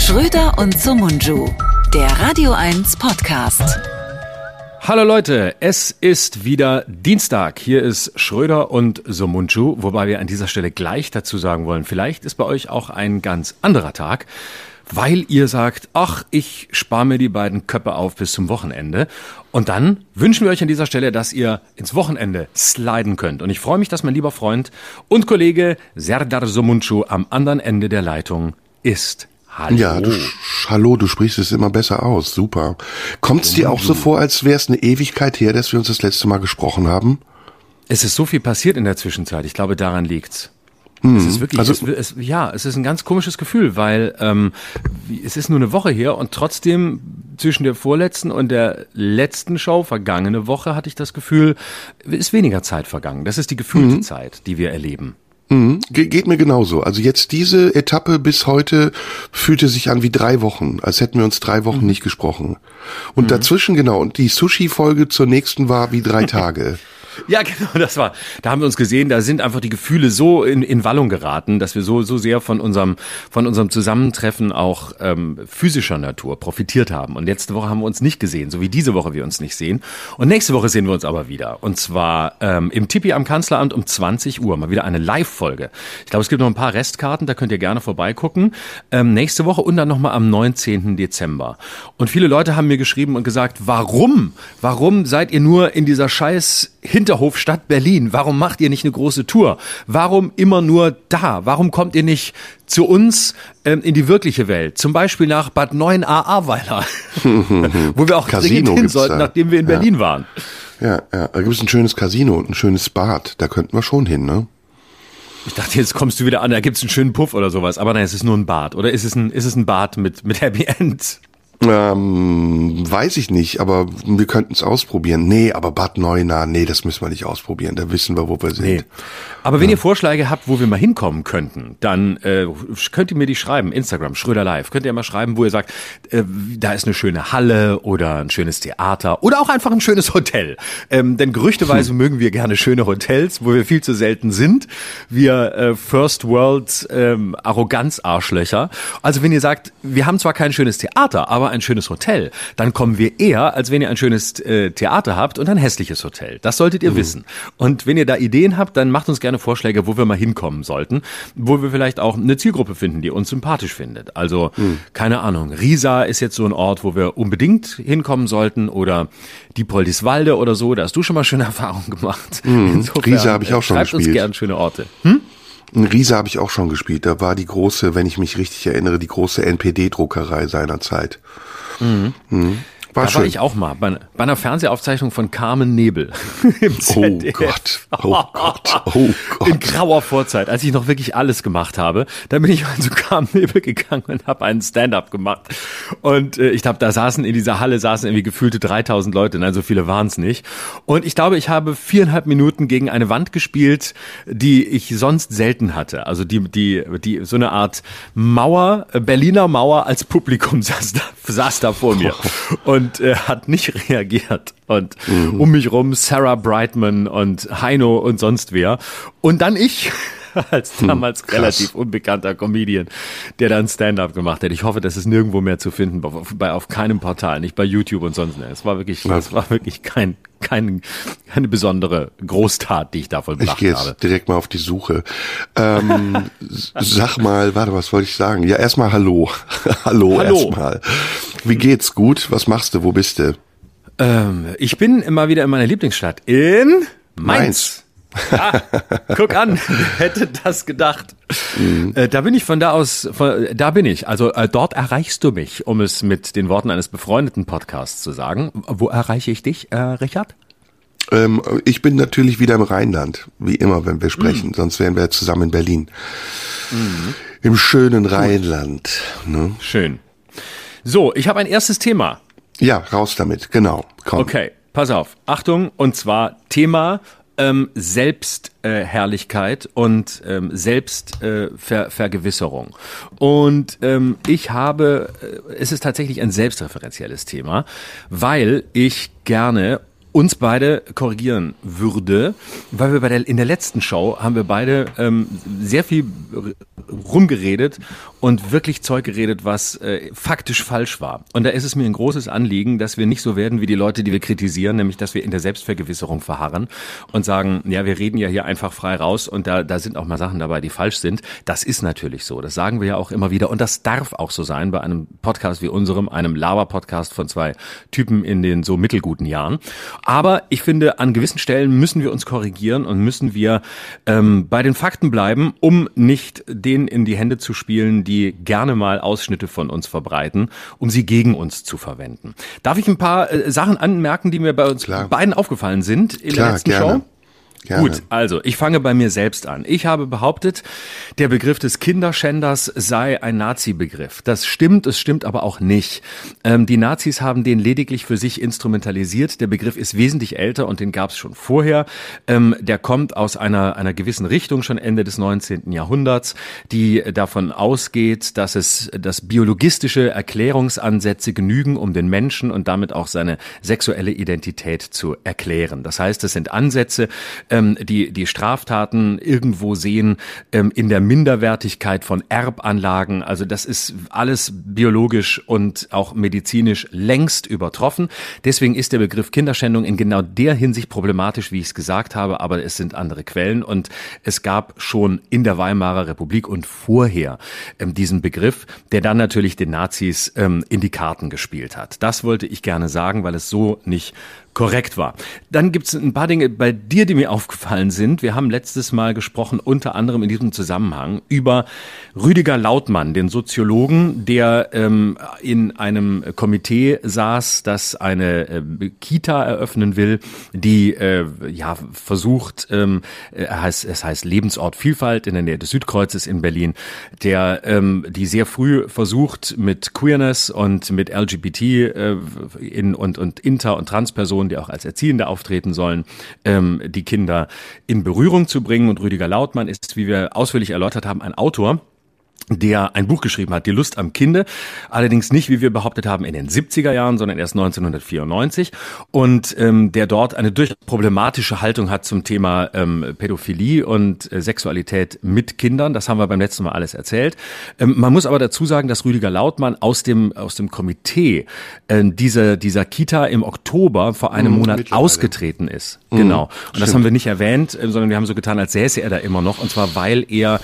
Schröder und Somunju, der Radio 1 Podcast. Hallo Leute, es ist wieder Dienstag. Hier ist Schröder und Somunju, wobei wir an dieser Stelle gleich dazu sagen wollen, vielleicht ist bei euch auch ein ganz anderer Tag, weil ihr sagt, ach, ich spare mir die beiden Köpfe auf bis zum Wochenende. Und dann wünschen wir euch an dieser Stelle, dass ihr ins Wochenende sliden könnt. Und ich freue mich, dass mein lieber Freund und Kollege Serdar Somunju am anderen Ende der Leitung ist. Hallo. Ja, hallo, du sprichst es immer besser aus. Super. Kommt's dir auch so vor, als wäre es eine Ewigkeit her, dass wir uns das letzte Mal gesprochen haben? Es ist so viel passiert in der Zwischenzeit. Ich glaube, daran liegt's. Es ist wirklich, es ist ein ganz komisches Gefühl, weil es ist nur eine Woche her und trotzdem zwischen der vorletzten und der letzten Show, vergangene Woche, hatte ich das Gefühl, ist weniger Zeit vergangen. Das ist die gefühlte Zeit, die wir erleben. Geht mir genauso. Also jetzt diese Etappe bis heute fühlte sich an wie 3 Wochen, als hätten wir uns 3 Wochen nicht gesprochen. Und dazwischen, genau, und die Sushi-Folge zur nächsten war wie 3 Tage. Ja, genau, da haben wir uns gesehen, da sind einfach die Gefühle so in Wallung geraten, dass wir so sehr von unserem Zusammentreffen auch physischer Natur profitiert haben. Und letzte Woche haben wir uns nicht gesehen, so wie diese Woche wir uns nicht sehen. Und nächste Woche sehen wir uns aber wieder. Und zwar im Tipi am Kanzleramt um 20 Uhr, mal wieder eine Live-Folge. Ich glaube, es gibt noch ein paar Restkarten, da könnt ihr gerne vorbeigucken. Nächste Woche und dann nochmal am 19. Dezember. Und viele Leute haben mir geschrieben und gesagt, warum seid ihr nur in dieser scheiß Hinterhofstadt Berlin? Warum macht ihr nicht eine große Tour? Warum immer nur da? Warum kommt ihr nicht zu uns in die wirkliche Welt? Zum Beispiel nach Bad 9a-Ahrweiler, wo wir auch dringend hin sollten, nachdem wir in Berlin waren. Ja, da gibt es ein schönes Casino und ein schönes Bad. Da könnten wir schon hin, ne? Ich dachte, jetzt kommst du wieder an, da gibt's einen schönen Puff oder sowas. Aber nein, es ist nur ein Bad. Oder ist es ein Bad mit Happy End? Weiß ich nicht, aber wir könnten es ausprobieren. Nee, aber Bad Neuenahr, nee, das müssen wir nicht ausprobieren. Da wissen wir, wo wir sind. Nee. Aber wenn ihr Vorschläge habt, wo wir mal hinkommen könnten, dann könnt ihr mir die schreiben. Instagram, Schröder Live. Könnt ihr mal schreiben, wo ihr sagt, da ist eine schöne Halle oder ein schönes Theater oder auch einfach ein schönes Hotel. Denn gerüchteweise mögen wir gerne schöne Hotels, wo wir viel zu selten sind. Wir First World Arroganz-Arschlöcher. Also wenn ihr sagt, wir haben zwar kein schönes Theater, aber ein schönes Hotel, dann kommen wir eher, als wenn ihr ein schönes Theater habt und ein hässliches Hotel. Das solltet ihr wissen. Und wenn ihr da Ideen habt, dann macht uns gerne Vorschläge, wo wir mal hinkommen sollten, wo wir vielleicht auch eine Zielgruppe finden, die uns sympathisch findet. Also, keine Ahnung, Riesa ist jetzt so ein Ort, wo wir unbedingt hinkommen sollten oder Diepoldiswalde oder so, da hast du schon mal schöne Erfahrungen gemacht. Insofern, Riesa habe ich auch schon gespielt. Schreibt uns gerne schöne Orte. In Riesa habe ich auch schon gespielt. Da war die große, wenn ich mich richtig erinnere, die große NPD-Druckerei seinerzeit. War schön. War ich auch mal bei einer Fernsehaufzeichnung von Carmen Nebel im ZDF. Oh Gott. In grauer Vorzeit, als ich noch wirklich alles gemacht habe. Da bin ich mal zu Carmen Nebel gegangen und habe einen Stand-up gemacht. Und ich glaube, in dieser Halle saßen irgendwie gefühlte 3000 Leute. Nein, so viele waren es nicht. Und ich glaube, ich habe 4,5 Minuten gegen eine Wand gespielt, die ich sonst selten hatte. Also die so eine Art Mauer, Berliner Mauer als Publikum saß da vor mir. Und hat nicht reagiert. Und um mich rum Sarah Brightman und Heino und sonst wer. Und dann ich, als damals relativ unbekannter Comedian, der dann Stand-up gemacht hat. Ich hoffe, das ist nirgendwo mehr zu finden, auf keinem Portal, nicht bei YouTube und sonst mehr. Es war wirklich keine besondere Großtat, die ich da vollbracht habe. Ich gehe jetzt direkt mal auf die Suche. Sag mal, was wollte ich sagen? Ja, erstmal Hallo. Hallo erstmal. Wie geht's? Gut? Was machst du? Wo bist du? Ich bin immer wieder in meiner Lieblingsstadt. In Mainz. Ja, guck an, wer hätte das gedacht? Da bin ich Also dort erreichst du mich, um es mit den Worten eines befreundeten Podcasts zu sagen. Wo erreiche ich dich, Richard? Ich bin natürlich wieder im Rheinland, wie immer, wenn wir sprechen. Sonst wären wir zusammen in Berlin. Im schönen Rheinland. Ne? Schön. So, ich habe ein erstes Thema. Ja, raus damit, genau. Komm. Okay, pass auf. Achtung, und zwar Thema Selbstherrlichkeit und Selbstvergewisserung. Und es ist tatsächlich ein selbstreferenzielles Thema, weil ich gerne uns beide korrigieren würde, weil wir in der letzten Show haben wir beide sehr viel rumgeredet und wirklich Zeug geredet, was faktisch falsch war. Und da ist es mir ein großes Anliegen, dass wir nicht so werden wie die Leute, die wir kritisieren, nämlich dass wir in der Selbstvergewisserung verharren und sagen, ja, wir reden ja hier einfach frei raus und da sind auch mal Sachen dabei, die falsch sind. Das ist natürlich so, das sagen wir ja auch immer wieder und das darf auch so sein bei einem Podcast wie unserem, einem Laber-Podcast von zwei Typen in den so mittelguten Jahren. Aber ich finde, an gewissen Stellen müssen wir uns korrigieren und müssen wir bei den Fakten bleiben, um nicht denen in die Hände zu spielen, die gerne mal Ausschnitte von uns verbreiten, um sie gegen uns zu verwenden. Darf ich ein paar Sachen anmerken, die mir bei uns beiden aufgefallen sind in der letzten Show? Gerne. Gut, also ich fange bei mir selbst an. Ich habe behauptet, der Begriff des Kinderschänders sei ein Nazi-Begriff. Das stimmt, es stimmt aber auch nicht. Die Nazis haben den lediglich für sich instrumentalisiert. Der Begriff ist wesentlich älter und den gab es schon vorher. Der kommt aus einer gewissen Richtung, schon Ende des 19. Jahrhunderts, die davon ausgeht, dass biologistische Erklärungsansätze genügen, um den Menschen und damit auch seine sexuelle Identität zu erklären. Das heißt, es sind Ansätze, die Straftaten irgendwo sehen in der Minderwertigkeit von Erbanlagen. Also das ist alles biologisch und auch medizinisch längst übertroffen. Deswegen ist der Begriff Kinderschändung in genau der Hinsicht problematisch, wie ich es gesagt habe, aber es sind andere Quellen und es gab schon in der Weimarer Republik und vorher diesen Begriff, der dann natürlich den Nazis in die Karten gespielt hat. Das wollte ich gerne sagen, weil es so nicht korrekt war. Dann gibt es ein paar Dinge bei dir, die mir aufgefallen sind. Wir haben letztes Mal gesprochen, unter anderem in diesem Zusammenhang, über Rüdiger Lautmann, den Soziologen, der in einem Komitee saß, das eine Kita eröffnen will, die versucht, es heißt Lebensort Vielfalt in der Nähe des Südkreuzes in Berlin, die sehr früh versucht, mit Queerness und mit LGBT und Inter- und Transpersonen, die auch als Erziehende auftreten sollen, die Kinder in Berührung zu bringen. Und Rüdiger Lautmann ist, wie wir ausführlich erläutert haben, ein Autor, der ein Buch geschrieben hat, Die Lust am Kinde, allerdings nicht, wie wir behauptet haben, in den 70er Jahren, sondern erst 1994 und der dort eine durchaus problematische Haltung hat zum Thema Pädophilie und Sexualität mit Kindern. Das haben wir beim letzten Mal alles erzählt. Man muss aber dazu sagen, dass Rüdiger Lautmann aus dem Komitee dieser Kita im Oktober vor einem Monat ausgetreten ist. Genau. Und das haben wir nicht erwähnt, sondern wir haben so getan, als säße er da immer noch, und zwar weil er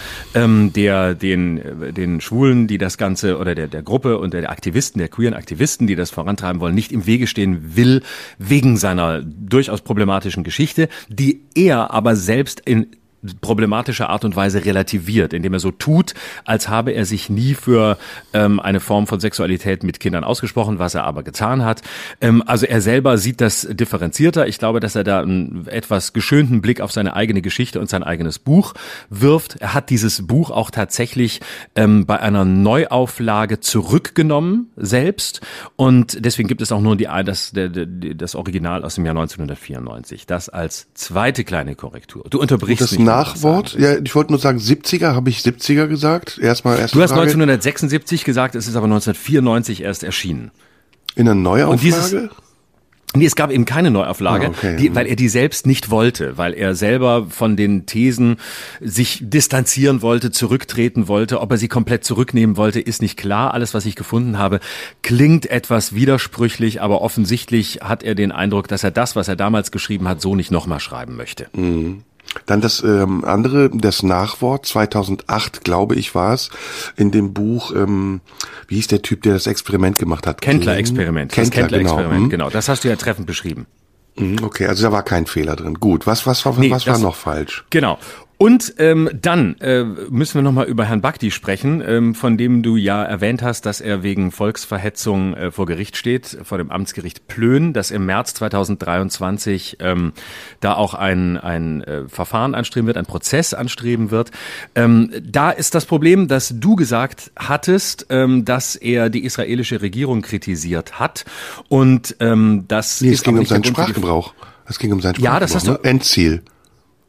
den Schwulen, die das Ganze, oder der Gruppe und der Aktivisten, der queeren Aktivisten, die das vorantreiben wollen, nicht im Wege stehen will, wegen seiner durchaus problematischen Geschichte, die er aber selbst in problematische Art und Weise relativiert, indem er so tut, als habe er sich nie für eine Form von Sexualität mit Kindern ausgesprochen, was er aber getan hat. Also er selber sieht das differenzierter. Ich glaube, dass er da einen etwas geschönten Blick auf seine eigene Geschichte und sein eigenes Buch wirft. Er hat dieses Buch auch tatsächlich bei einer Neuauflage zurückgenommen selbst, und deswegen gibt es auch nur das Original aus dem Jahr 1994. Das als zweite kleine Korrektur. Du unterbrichst mich. Nachwort? Ja, ich wollte nur sagen, 70er, habe ich 70er gesagt? Du hast Frage. 1976 gesagt, es ist aber 1994 erst erschienen. In einer Neuauflage? Nee, es gab eben keine Neuauflage, weil er die selbst nicht wollte, weil er selber von den Thesen sich distanzieren wollte, zurücktreten wollte. Ob er sie komplett zurücknehmen wollte, ist nicht klar. Alles, was ich gefunden habe, klingt etwas widersprüchlich, aber offensichtlich hat er den Eindruck, dass er das, was er damals geschrieben hat, so nicht nochmal schreiben möchte. Mhm. Dann das andere, das Nachwort, 2008, glaube ich, war es, in dem Buch, wie hieß der Typ, der das Experiment gemacht hat? Kendler-Experiment. Das Kendler-Experiment, genau. Das hast du ja treffend beschrieben. Okay, also da war kein Fehler drin. Gut, was war noch falsch? Genau. Und dann müssen wir nochmal über Herrn Bakti sprechen, von dem du ja erwähnt hast, dass er wegen Volksverhetzung vor Gericht steht, vor dem Amtsgericht Plön, dass im März 2023 da auch ein Verfahren anstreben wird, ein Prozess anstreben wird. Da ist das Problem, dass du gesagt hattest, dass er die israelische Regierung kritisiert hat, und das es ging um seinen Sprachgebrauch. Es ging um seinen Sprachgebrauch. Ja, das hast du. Endziel.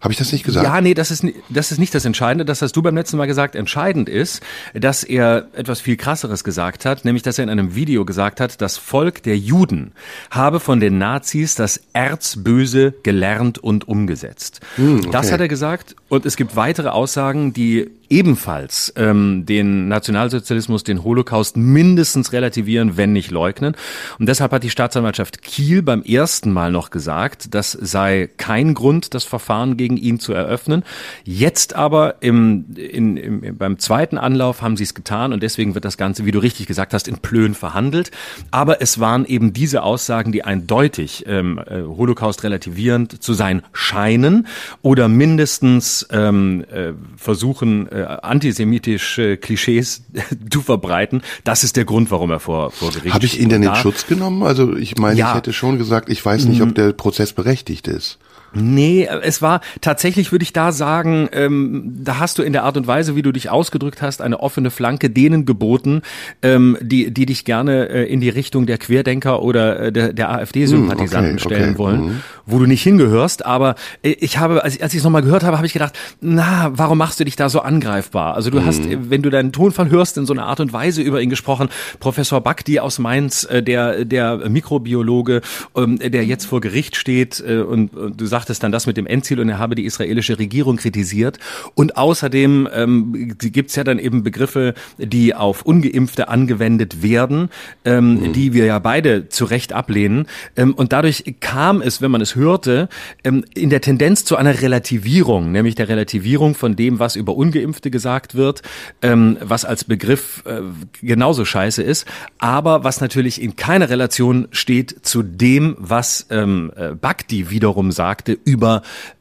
Habe ich das nicht gesagt? Ja, nee, das ist nicht das Entscheidende. Das hast du beim letzten Mal gesagt. Entscheidend ist, dass er etwas viel Krasseres gesagt hat, nämlich, dass er in einem Video gesagt hat, das Volk der Juden habe von den Nazis das Erzböse gelernt und umgesetzt. Okay. Das hat er gesagt. Und es gibt weitere Aussagen, die ebenfalls den Nationalsozialismus, den Holocaust mindestens relativieren, wenn nicht leugnen. Und deshalb hat die Staatsanwaltschaft Kiel beim ersten Mal noch gesagt, das sei kein Grund, das Verfahren gegen ihn zu eröffnen. Jetzt aber beim zweiten Anlauf haben sie es getan und deswegen wird das Ganze, wie du richtig gesagt hast, in Plön verhandelt. Aber es waren eben diese Aussagen, die eindeutig Holocaust relativierend zu sein scheinen oder mindestens versuchen, antisemitische Klischees zu verbreiten. Das ist der Grund, warum er vor Gericht steht. Habe ich ihn denn in Schutz genommen? Also ich meine, ich hätte schon gesagt, ich weiß nicht, ob der Prozess berechtigt ist. Nee, es war tatsächlich, würde ich da sagen, da hast du in der Art und Weise, wie du dich ausgedrückt hast, eine offene Flanke denen geboten, die dich gerne in die Richtung der Querdenker oder der AfD-Sympathisanten stellen wollen, wo du nicht hingehörst. Aber ich habe, als ich es nochmal gehört habe, habe ich gedacht, warum machst du dich da so angreifbar? Also du hast, wenn du deinen Tonfall hörst, in so einer Art und Weise über ihn gesprochen. Professor Bakti aus Mainz, der Mikrobiologe, der jetzt vor Gericht steht und du sagst, es dann das mit dem Endziel und er habe die israelische Regierung kritisiert. Und außerdem gibt's ja dann eben Begriffe, die auf Ungeimpfte angewendet werden, die wir ja beide zu Recht ablehnen. Und dadurch kam es, wenn man es hörte, in der Tendenz zu einer Relativierung, nämlich der Relativierung von dem, was über Ungeimpfte gesagt wird, was als Begriff genauso scheiße ist, aber was natürlich in keiner Relation steht zu dem, was Bakti wiederum sagte über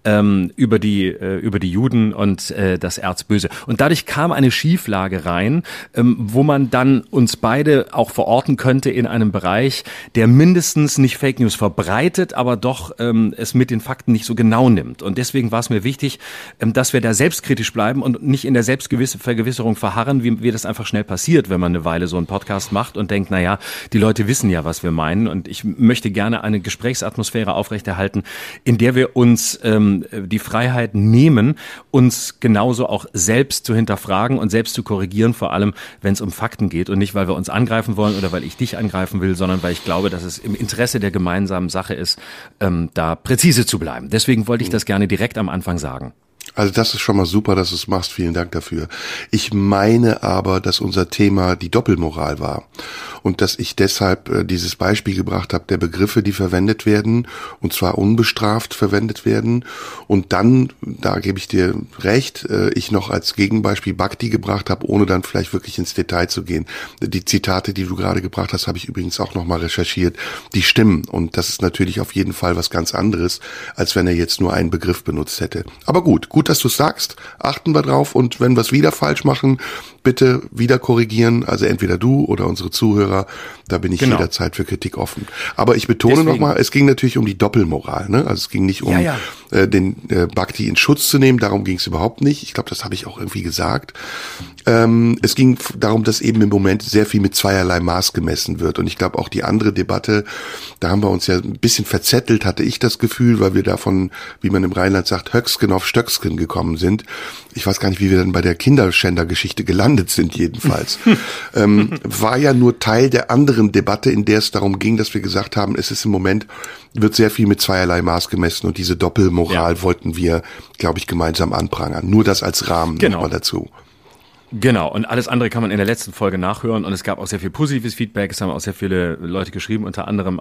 die Juden und das Erzböse. Und dadurch kam eine Schieflage rein, wo man dann uns beide auch verorten könnte in einem Bereich, der mindestens nicht Fake News verbreitet, aber doch es mit den Fakten nicht so genau nimmt. Und deswegen war es mir wichtig, dass wir da selbstkritisch bleiben und nicht in der Selbstvergewisserung verharren, wie das einfach schnell passiert, wenn man eine Weile so einen Podcast macht und denkt, die Leute wissen ja, was wir meinen. Und ich möchte gerne eine Gesprächsatmosphäre aufrechterhalten, in der wir uns die Freiheit nehmen, uns genauso auch selbst zu hinterfragen und selbst zu korrigieren, vor allem, wenn es um Fakten geht und nicht, weil wir uns angreifen wollen oder weil ich dich angreifen will, sondern weil ich glaube, dass es im Interesse der gemeinsamen Sache ist, da präzise zu bleiben. Deswegen wollte ich das gerne direkt am Anfang sagen. Also das ist schon mal super, dass du es machst. Vielen Dank dafür. Ich meine aber, dass unser Thema die Doppelmoral war und dass ich deshalb dieses Beispiel gebracht habe, der Begriffe, die verwendet werden und zwar unbestraft verwendet werden und dann, da gebe ich dir recht, ich noch als Gegenbeispiel Bakti gebracht habe, ohne dann vielleicht wirklich ins Detail zu gehen. Die Zitate, die du gerade gebracht hast, habe ich übrigens auch nochmal recherchiert, die stimmen und das ist natürlich auf jeden Fall was ganz anderes, als wenn er jetzt nur einen Begriff benutzt hätte. Aber gut, dass du es sagst, achten wir drauf und wenn wir es wieder falsch machen, bitte wieder korrigieren, also entweder du oder unsere Zuhörer, da bin ich jederzeit für Kritik offen. Aber ich betone nochmal, es ging natürlich um die Doppelmoral, ne? Also es ging nicht um den Bakti in Schutz zu nehmen, darum ging es überhaupt nicht. Ich glaube, das habe ich auch irgendwie gesagt. Es ging darum, dass eben im Moment sehr viel mit zweierlei Maß gemessen wird und ich glaube auch die andere Debatte, da haben wir uns ja ein bisschen verzettelt, hatte ich das Gefühl, weil wir davon, wie man im Rheinland sagt, Höcksken auf Stöcksken gekommen sind. Ich weiß gar nicht, wie wir dann bei der Kinderschänder-Geschichte gelandet sind jedenfalls. War ja nur Teil der anderen Debatte, in der es darum ging, dass wir gesagt haben, es ist im Moment, wird sehr viel mit zweierlei Maß gemessen und diese Doppelmoral wollten wir, glaube ich, gemeinsam anprangern. Nur das als Rahmen nochmal dazu. Genau, und alles andere kann man in der letzten Folge nachhören und es gab auch sehr viel positives Feedback, es haben auch sehr viele Leute geschrieben, unter anderem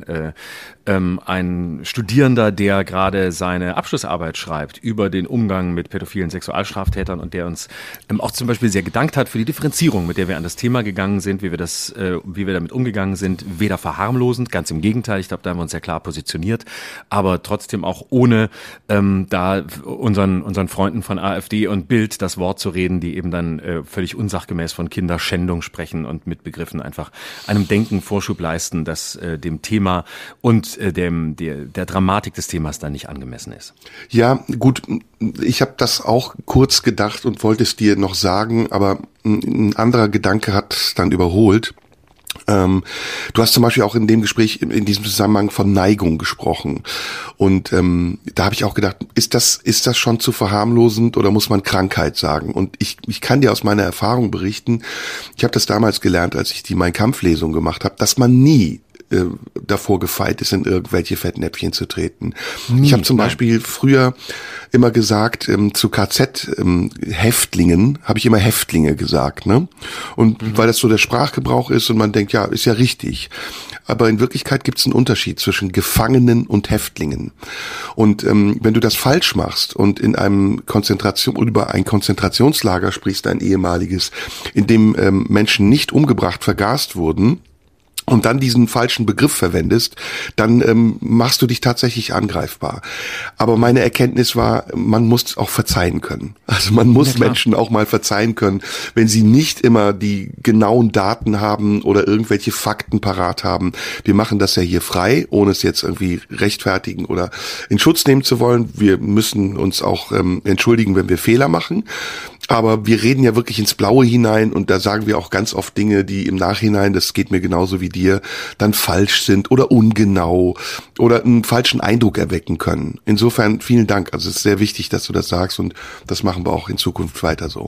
ein Studierender, der gerade seine Abschlussarbeit schreibt über den Umgang mit pädophilen Sexualstraftätern und der uns auch zum Beispiel sehr gedankt hat für die Differenzierung, mit der wir an das Thema gegangen sind, wie wir damit umgegangen sind, weder verharmlosend, ganz im Gegenteil, ich glaube, da haben wir uns sehr klar positioniert, aber trotzdem auch ohne da unseren Freunden von AfD und Bild das Wort zu reden, die eben dann völlig unsachgemäß von Kinderschändung sprechen und mit Begriffen einfach einem Denken Vorschub leisten, das dem Thema und der Dramatik des Themas dann nicht angemessen ist. Ja, gut, ich habe das auch kurz gedacht und wollte es dir noch sagen, aber ein anderer Gedanke hat es dann überholt. Du hast zum Beispiel auch in dem Gespräch, in diesem Zusammenhang von Neigung gesprochen. Und da habe ich auch gedacht, ist das schon zu verharmlosend oder muss man Krankheit sagen? Und ich kann dir aus meiner Erfahrung berichten, ich habe das damals gelernt, als ich die Mein-Kampf-Lesung gemacht habe, dass man nie davor gefeit ist, in irgendwelche Fettnäpfchen zu treten. Ich habe zum Beispiel früher immer gesagt, zu KZ-Häftlingen habe ich immer Häftlinge gesagt, ne? Und weil das so der Sprachgebrauch ist und man denkt, ja, ist ja richtig. Aber in Wirklichkeit gibt es einen Unterschied zwischen Gefangenen und Häftlingen. Und wenn du das falsch machst und in einem über ein Konzentrationslager sprichst, ein ehemaliges, in dem Menschen nicht umgebracht, vergast wurden, und dann diesen falschen Begriff verwendest, dann machst du dich tatsächlich angreifbar. Aber meine Erkenntnis war, man muss auch verzeihen können. Also man muss Menschen auch mal verzeihen können, wenn sie nicht immer die genauen Daten haben oder irgendwelche Fakten parat haben. Wir machen das ja hier frei, ohne es jetzt irgendwie rechtfertigen oder in Schutz nehmen zu wollen. Wir müssen uns auch entschuldigen, wenn wir Fehler machen. Aber wir reden ja wirklich ins Blaue hinein und da sagen wir auch ganz oft Dinge, die im Nachhinein, das geht mir genauso wie dir, dann falsch sind oder ungenau oder einen falschen Eindruck erwecken können. Insofern vielen Dank. Also es ist sehr wichtig, dass du das sagst und das machen wir auch in Zukunft weiter so.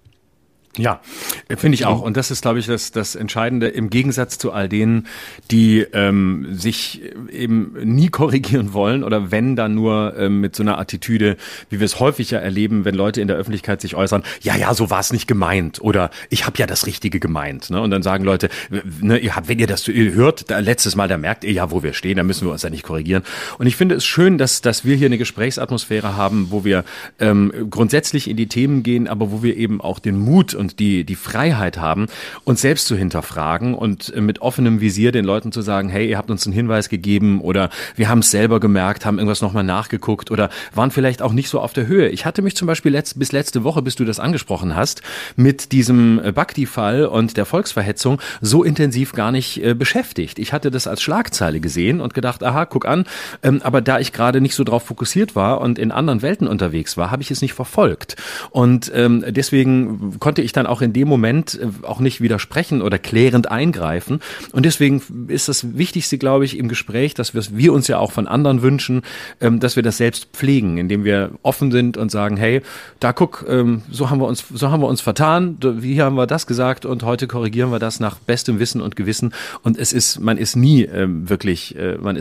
Ja, finde ich auch. Und das ist, glaube ich, das Entscheidende im Gegensatz zu all denen, die sich eben nie korrigieren wollen oder wenn dann nur mit so einer Attitüde, wie wir es häufig ja erleben, wenn Leute in der Öffentlichkeit sich äußern, ja, so war es nicht gemeint oder ich habe ja das Richtige gemeint. Ne? Und dann sagen Leute, ne, wenn ihr das hört, letztes Mal, da merkt ihr ja, wo wir stehen, da müssen wir uns ja nicht korrigieren. Und ich finde es schön, dass wir hier eine Gesprächsatmosphäre haben, wo wir grundsätzlich in die Themen gehen, aber wo wir eben auch den Mut und die Freiheit haben, uns selbst zu hinterfragen und mit offenem Visier den Leuten zu sagen, hey, ihr habt uns einen Hinweis gegeben oder wir haben es selber gemerkt, haben irgendwas nochmal nachgeguckt oder waren vielleicht auch nicht so auf der Höhe. Ich hatte mich zum Beispiel bis letzte Woche, bis du das angesprochen hast, mit diesem Bakti-Fall und der Volksverhetzung so intensiv gar nicht beschäftigt. Ich hatte das als Schlagzeile gesehen und gedacht, aha, guck an, aber da ich gerade nicht so drauf fokussiert war und in anderen Welten unterwegs war, habe ich es nicht verfolgt. Und deswegen konnte ich dann auch in dem Moment auch nicht widersprechen oder klärend eingreifen. Und deswegen ist das Wichtigste, glaube ich, im Gespräch, dass wir uns ja auch von anderen wünschen, dass wir das selbst pflegen, indem wir offen sind und sagen, hey, da guck, so haben wir uns vertan, hier haben wir das gesagt und heute korrigieren wir das nach bestem Wissen und Gewissen. Und man ist nie wirklich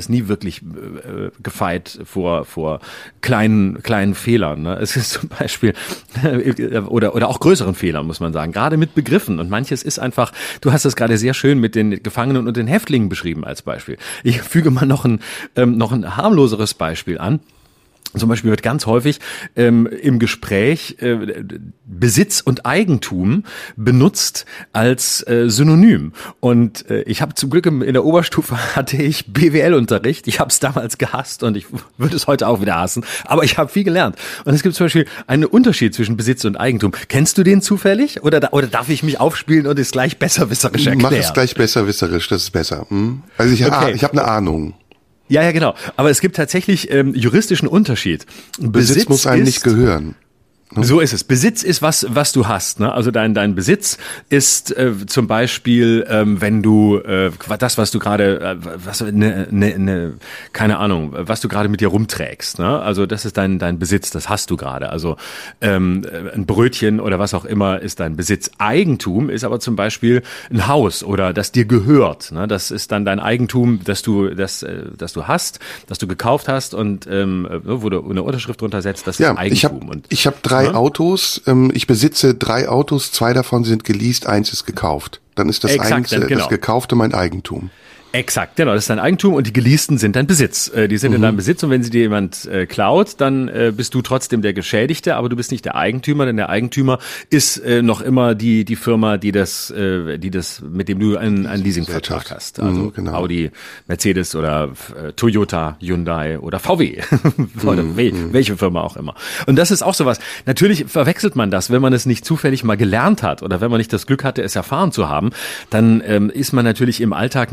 gefeit vor kleinen Fehlern. Ne? Es ist zum Beispiel oder auch größeren Fehlern, muss man sagen, gerade mit Begriffen. Und manches ist einfach, du hast das gerade sehr schön mit den Gefangenen und den Häftlingen beschrieben als Beispiel. Ich füge mal noch ein harmloseres Beispiel an. Zum Beispiel wird ganz häufig im Gespräch Besitz und Eigentum benutzt als Synonym. Und ich habe zum Glück in der Oberstufe hatte ich BWL-Unterricht. Ich habe es damals gehasst und ich würde es heute auch wieder hassen. Aber ich habe viel gelernt. Und es gibt zum Beispiel einen Unterschied zwischen Besitz und Eigentum. Kennst du den zufällig? Oder darf ich mich aufspielen und es gleich besserwisserisch erklären? Mach es gleich besserwisserisch, das ist besser. Also ich habe eine Ahnung. Ja, genau. Aber es gibt tatsächlich juristischen Unterschied. Besitz muss einem nicht gehören. So ist es. Besitz ist was du hast. Ne? Also dein Besitz ist zum Beispiel, wenn du das, was du gerade, keine Ahnung, was du gerade mit dir rumträgst. Ne? Also das ist dein Besitz, das hast du gerade. Also ein Brötchen oder was auch immer ist dein Besitz. Eigentum ist aber zum Beispiel ein Haus oder das dir gehört. Ne? Das ist dann dein Eigentum, das du hast, das du gekauft hast und wo du eine Unterschrift drunter setzt. Das ist Eigentum. Ich habe 3 Autos, ich besitze 3 Autos, 2 davon sind geleast, 1 ist gekauft. Dann ist das das Gekaufte mein Eigentum. Exakt, genau, das ist dein Eigentum und die Geleasten sind dein Besitz. Die sind in deinem Besitz und wenn sie dir jemand klaut, dann bist du trotzdem der Geschädigte, aber du bist nicht der Eigentümer, denn der Eigentümer ist noch immer die Firma, die das, mit dem du einen Leasingvertrag hast. Also genau. Audi, Mercedes oder Toyota, Hyundai oder VW oder welche Firma auch immer. Und das ist auch sowas. Natürlich verwechselt man das, wenn man es nicht zufällig mal gelernt hat oder wenn man nicht das Glück hatte, es erfahren zu haben, dann ist man natürlich im Alltag nicht permanent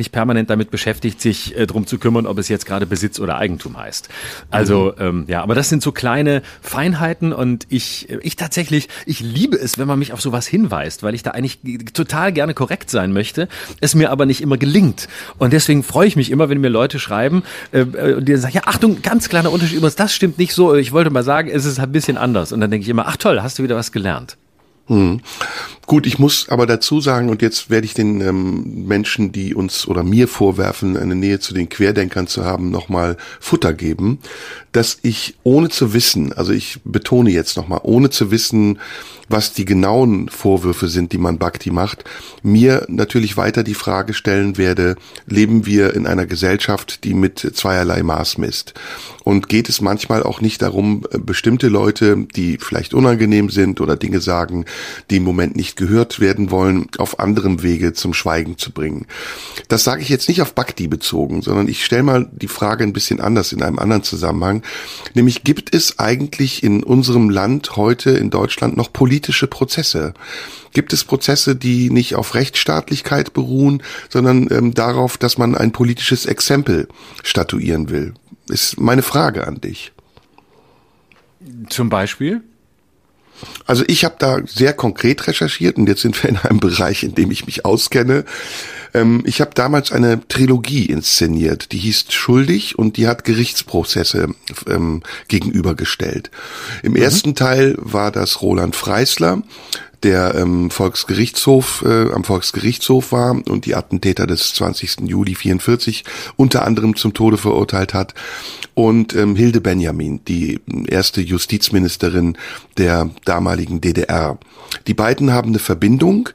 damit beschäftigt, sich drum zu kümmern, ob es jetzt gerade Besitz oder Eigentum heißt. Also ja, aber das sind so kleine Feinheiten und ich tatsächlich, ich liebe es, wenn man mich auf sowas hinweist, weil ich da eigentlich total gerne korrekt sein möchte, es mir aber nicht immer gelingt. Und deswegen freue ich mich immer, wenn mir Leute schreiben, die sagen, ja, Achtung, ganz kleiner Unterschied, übrigens, das stimmt nicht so, ich wollte mal sagen, es ist ein bisschen anders. Und dann denke ich immer, ach toll, hast du wieder was gelernt. Gut, ich muss aber dazu sagen, und jetzt werde ich den Menschen, die uns oder mir vorwerfen, eine Nähe zu den Querdenkern zu haben, nochmal Futter geben, dass ich ohne zu wissen, also ich betone jetzt nochmal, ohne zu wissen, was die genauen Vorwürfe sind, die man Bhakti macht, mir natürlich weiter die Frage stellen werde, leben wir in einer Gesellschaft, die mit zweierlei Maß misst? Und geht es manchmal auch nicht darum, bestimmte Leute, die vielleicht unangenehm sind oder Dinge sagen, die im Moment nicht gehört werden wollen, auf anderem Wege zum Schweigen zu bringen? Das sage ich jetzt nicht auf Bhakti bezogen, sondern ich stelle mal die Frage ein bisschen anders in einem anderen Zusammenhang. Nämlich, gibt es eigentlich in unserem Land heute in Deutschland noch politische Prozesse? Gibt es Prozesse, die nicht auf Rechtsstaatlichkeit beruhen, sondern darauf, dass man ein politisches Exempel statuieren will? Ist meine Frage an dich. Zum Beispiel? Also ich habe da sehr konkret recherchiert und jetzt sind wir in einem Bereich, in dem ich mich auskenne. Ich habe damals eine Trilogie inszeniert, die hieß Schuldig und die hat Gerichtsprozesse gegenübergestellt. Im ersten Teil war das Roland Freisler, der am Volksgerichtshof war und die Attentäter des 20. Juli 44 unter anderem zum Tode verurteilt hat, und Hilde Benjamin, die erste Justizministerin der damaligen DDR. Die beiden haben eine Verbindung.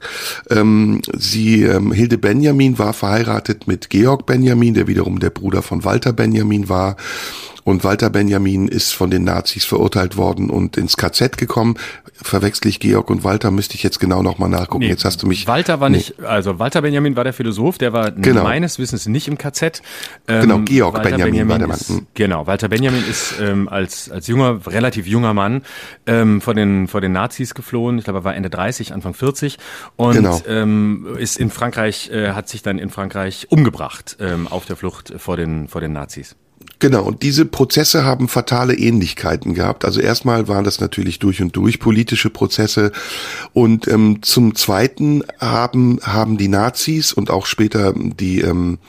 Hilde Benjamin war verheiratet mit Georg Benjamin, der wiederum der Bruder von Walter Benjamin war. Und Walter Benjamin ist von den Nazis verurteilt worden und ins KZ gekommen. Verwechsel ich Georg und Walter, müsste ich jetzt genau nochmal nachgucken. Nee, jetzt hast du mich. Walter war nicht, also Walter Benjamin war der Philosoph, der war meines Wissens nicht im KZ. Genau, Georg Walter Benjamin war der Mann. Genau, Walter Benjamin ist als relativ junger Mann vor den Nazis geflohen. Ich glaube, er war Ende 30, Anfang 40 und ist in Frankreich, hat sich dann in Frankreich umgebracht auf der Flucht vor den Nazis. Genau, und diese Prozesse haben fatale Ähnlichkeiten gehabt. Also erstmal waren das natürlich durch und durch politische Prozesse und zum Zweiten haben die Nazis und auch später die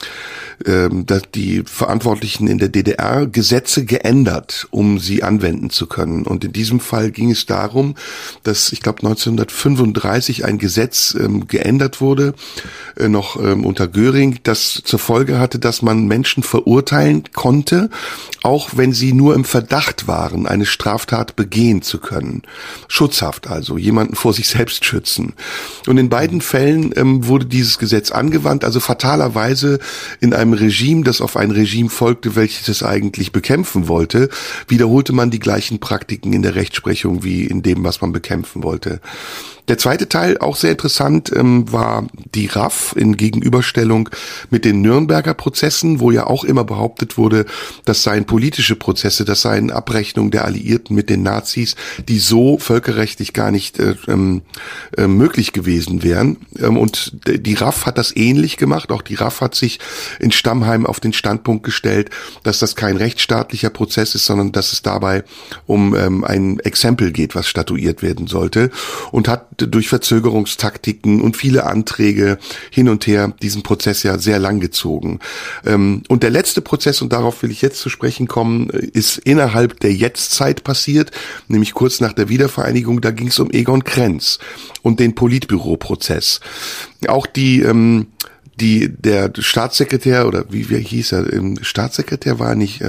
Verantwortlichen in der DDR Gesetze geändert, um sie anwenden zu können. Und in diesem Fall ging es darum, dass, ich glaube, 1935 ein Gesetz geändert wurde, noch unter Göring, das zur Folge hatte, dass man Menschen verurteilen konnte, auch wenn sie nur im Verdacht waren, eine Straftat begehen zu können. Schutzhaft also, jemanden vor sich selbst schützen. Und in beiden Fällen wurde dieses Gesetz angewandt, also fatalerweise in einem Regime, das auf ein Regime folgte, welches es eigentlich bekämpfen wollte, wiederholte man die gleichen Praktiken in der Rechtsprechung wie in dem, was man bekämpfen wollte. Der zweite Teil, auch sehr interessant, war die RAF in Gegenüberstellung mit den Nürnberger Prozessen, wo ja auch immer behauptet wurde, das seien politische Prozesse, das seien Abrechnungen der Alliierten mit den Nazis, die so völkerrechtlich gar nicht möglich gewesen wären. Und die RAF hat das ähnlich gemacht. Auch die RAF hat sich in Stammheim auf den Standpunkt gestellt, dass das kein rechtsstaatlicher Prozess ist, sondern dass es dabei um ein Exempel geht, was statuiert werden sollte, und hat durch Verzögerungstaktiken und viele Anträge hin und her diesen Prozess ja sehr lang gezogen. Und der letzte Prozess, und darauf will ich jetzt zu sprechen kommen, ist innerhalb der Jetztzeit passiert, nämlich kurz nach der Wiedervereinigung. Da ging es um Egon Krenz und den Politbüroprozess. Auch der Staatssekretär, oder wie hieß er? Staatssekretär war nicht,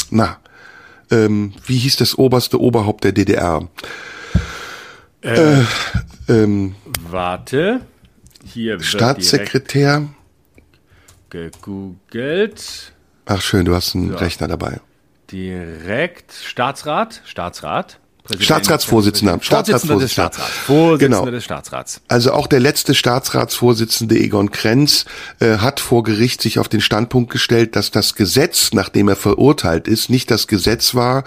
wie hieß das oberste Oberhaupt der DDR? Warte, hier wird Staatssekretär gegoogelt. Ach schön, du hast einen Rechner dabei. Direkt Staatsrat. Staatsratsvorsitzender. Vorsitzender des Staatsrats. Also auch der letzte Staatsratsvorsitzende Egon Krenz hat vor Gericht sich auf den Standpunkt gestellt, dass das Gesetz, nachdem er verurteilt ist, nicht das Gesetz war,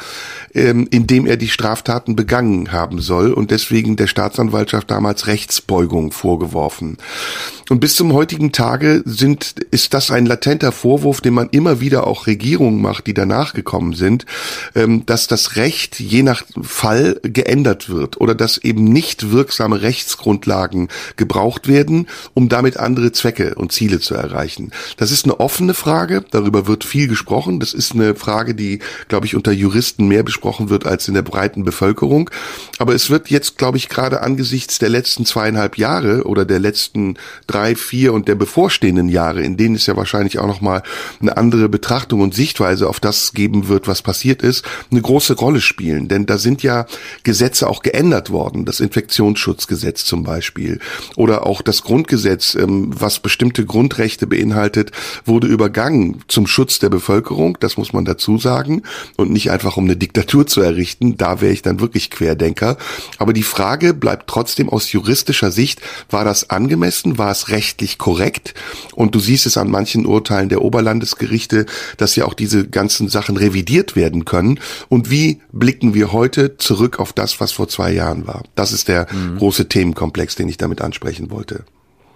in dem er die Straftaten begangen haben soll und deswegen der Staatsanwaltschaft damals Rechtsbeugung vorgeworfen. Und bis zum heutigen Tage ist das ein latenter Vorwurf, den man immer wieder auch Regierungen macht, die danach gekommen sind, dass das Recht je nach Fall geändert wird oder dass eben nicht wirksame Rechtsgrundlagen gebraucht werden, um damit andere Zwecke und Ziele zu erreichen. Das ist eine offene Frage, darüber wird viel gesprochen. Das ist eine Frage, die, glaube ich, unter Juristen mehr besprochen wird als in der breiten Bevölkerung. Aber es wird jetzt, glaube ich, gerade angesichts der letzten 2,5 Jahre oder der letzten 3, 4 und der bevorstehenden Jahre, in denen es ja wahrscheinlich auch nochmal eine andere Betrachtung und Sichtweise auf das geben wird, was passiert ist, eine große Rolle spielen. Denn da sind ja Gesetze auch geändert worden. Das Infektionsschutzgesetz zum Beispiel. Oder auch das Grundgesetz, was bestimmte Grundrechte beinhaltet, wurde übergangen zum Schutz der Bevölkerung. Das muss man dazu sagen. Und nicht einfach, um eine Diktatur zu errichten. Da wäre ich dann wirklich Querdenker. Aber die Frage bleibt trotzdem aus juristischer Sicht, war das angemessen? War es rechtlich korrekt? Und du siehst es an manchen Urteilen der Oberlandesgerichte, dass ja auch diese ganzen Sachen revidiert werden können. Und wie blicken wir heute zurück auf das, was vor 2 Jahren war? Das ist der große Themenkomplex, den ich damit ansprechen wollte.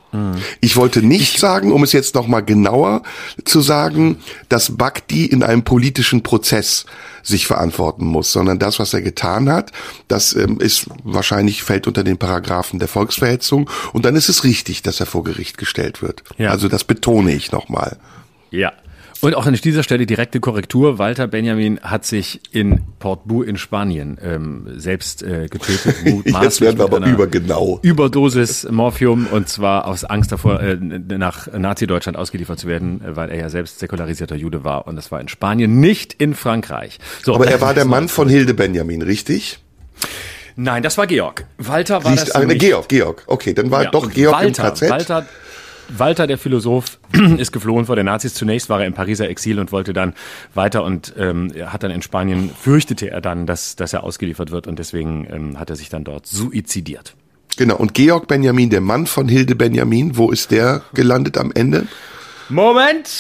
Ich wollte nicht sagen, um es jetzt nochmal genauer zu sagen, dass Bhakti in einem politischen Prozess sich verantworten muss, sondern das, was er getan hat, das ist wahrscheinlich, fällt unter den Paragraphen der Volksverhetzung und dann ist es richtig, dass er vor Gericht gestellt wird. Ja. Also das betone ich nochmal. Ja. Und auch an dieser Stelle direkte Korrektur. Walter Benjamin hat sich in Portbou in Spanien selbst getötet. Jetzt werden wir aber übergenau. Überdosis Morphium und zwar aus Angst davor, nach Nazi-Deutschland ausgeliefert zu werden, weil er ja selbst säkularisierter Jude war. Und das war in Spanien, nicht in Frankreich. So, aber er war der Mann von Hilde Benjamin, richtig? Nein, das war Georg. Walter war das nicht. Georg. Okay, dann war doch Georg Walter, im KZ. Walter, der Philosoph, ist geflohen vor den Nazis. Zunächst war er im Pariser Exil und wollte dann weiter und hat dann in Spanien, fürchtete er dann, dass er ausgeliefert wird und deswegen hat er sich dann dort suizidiert. Genau, und Georg Benjamin, der Mann von Hilde Benjamin, wo ist der gelandet am Ende? Moment.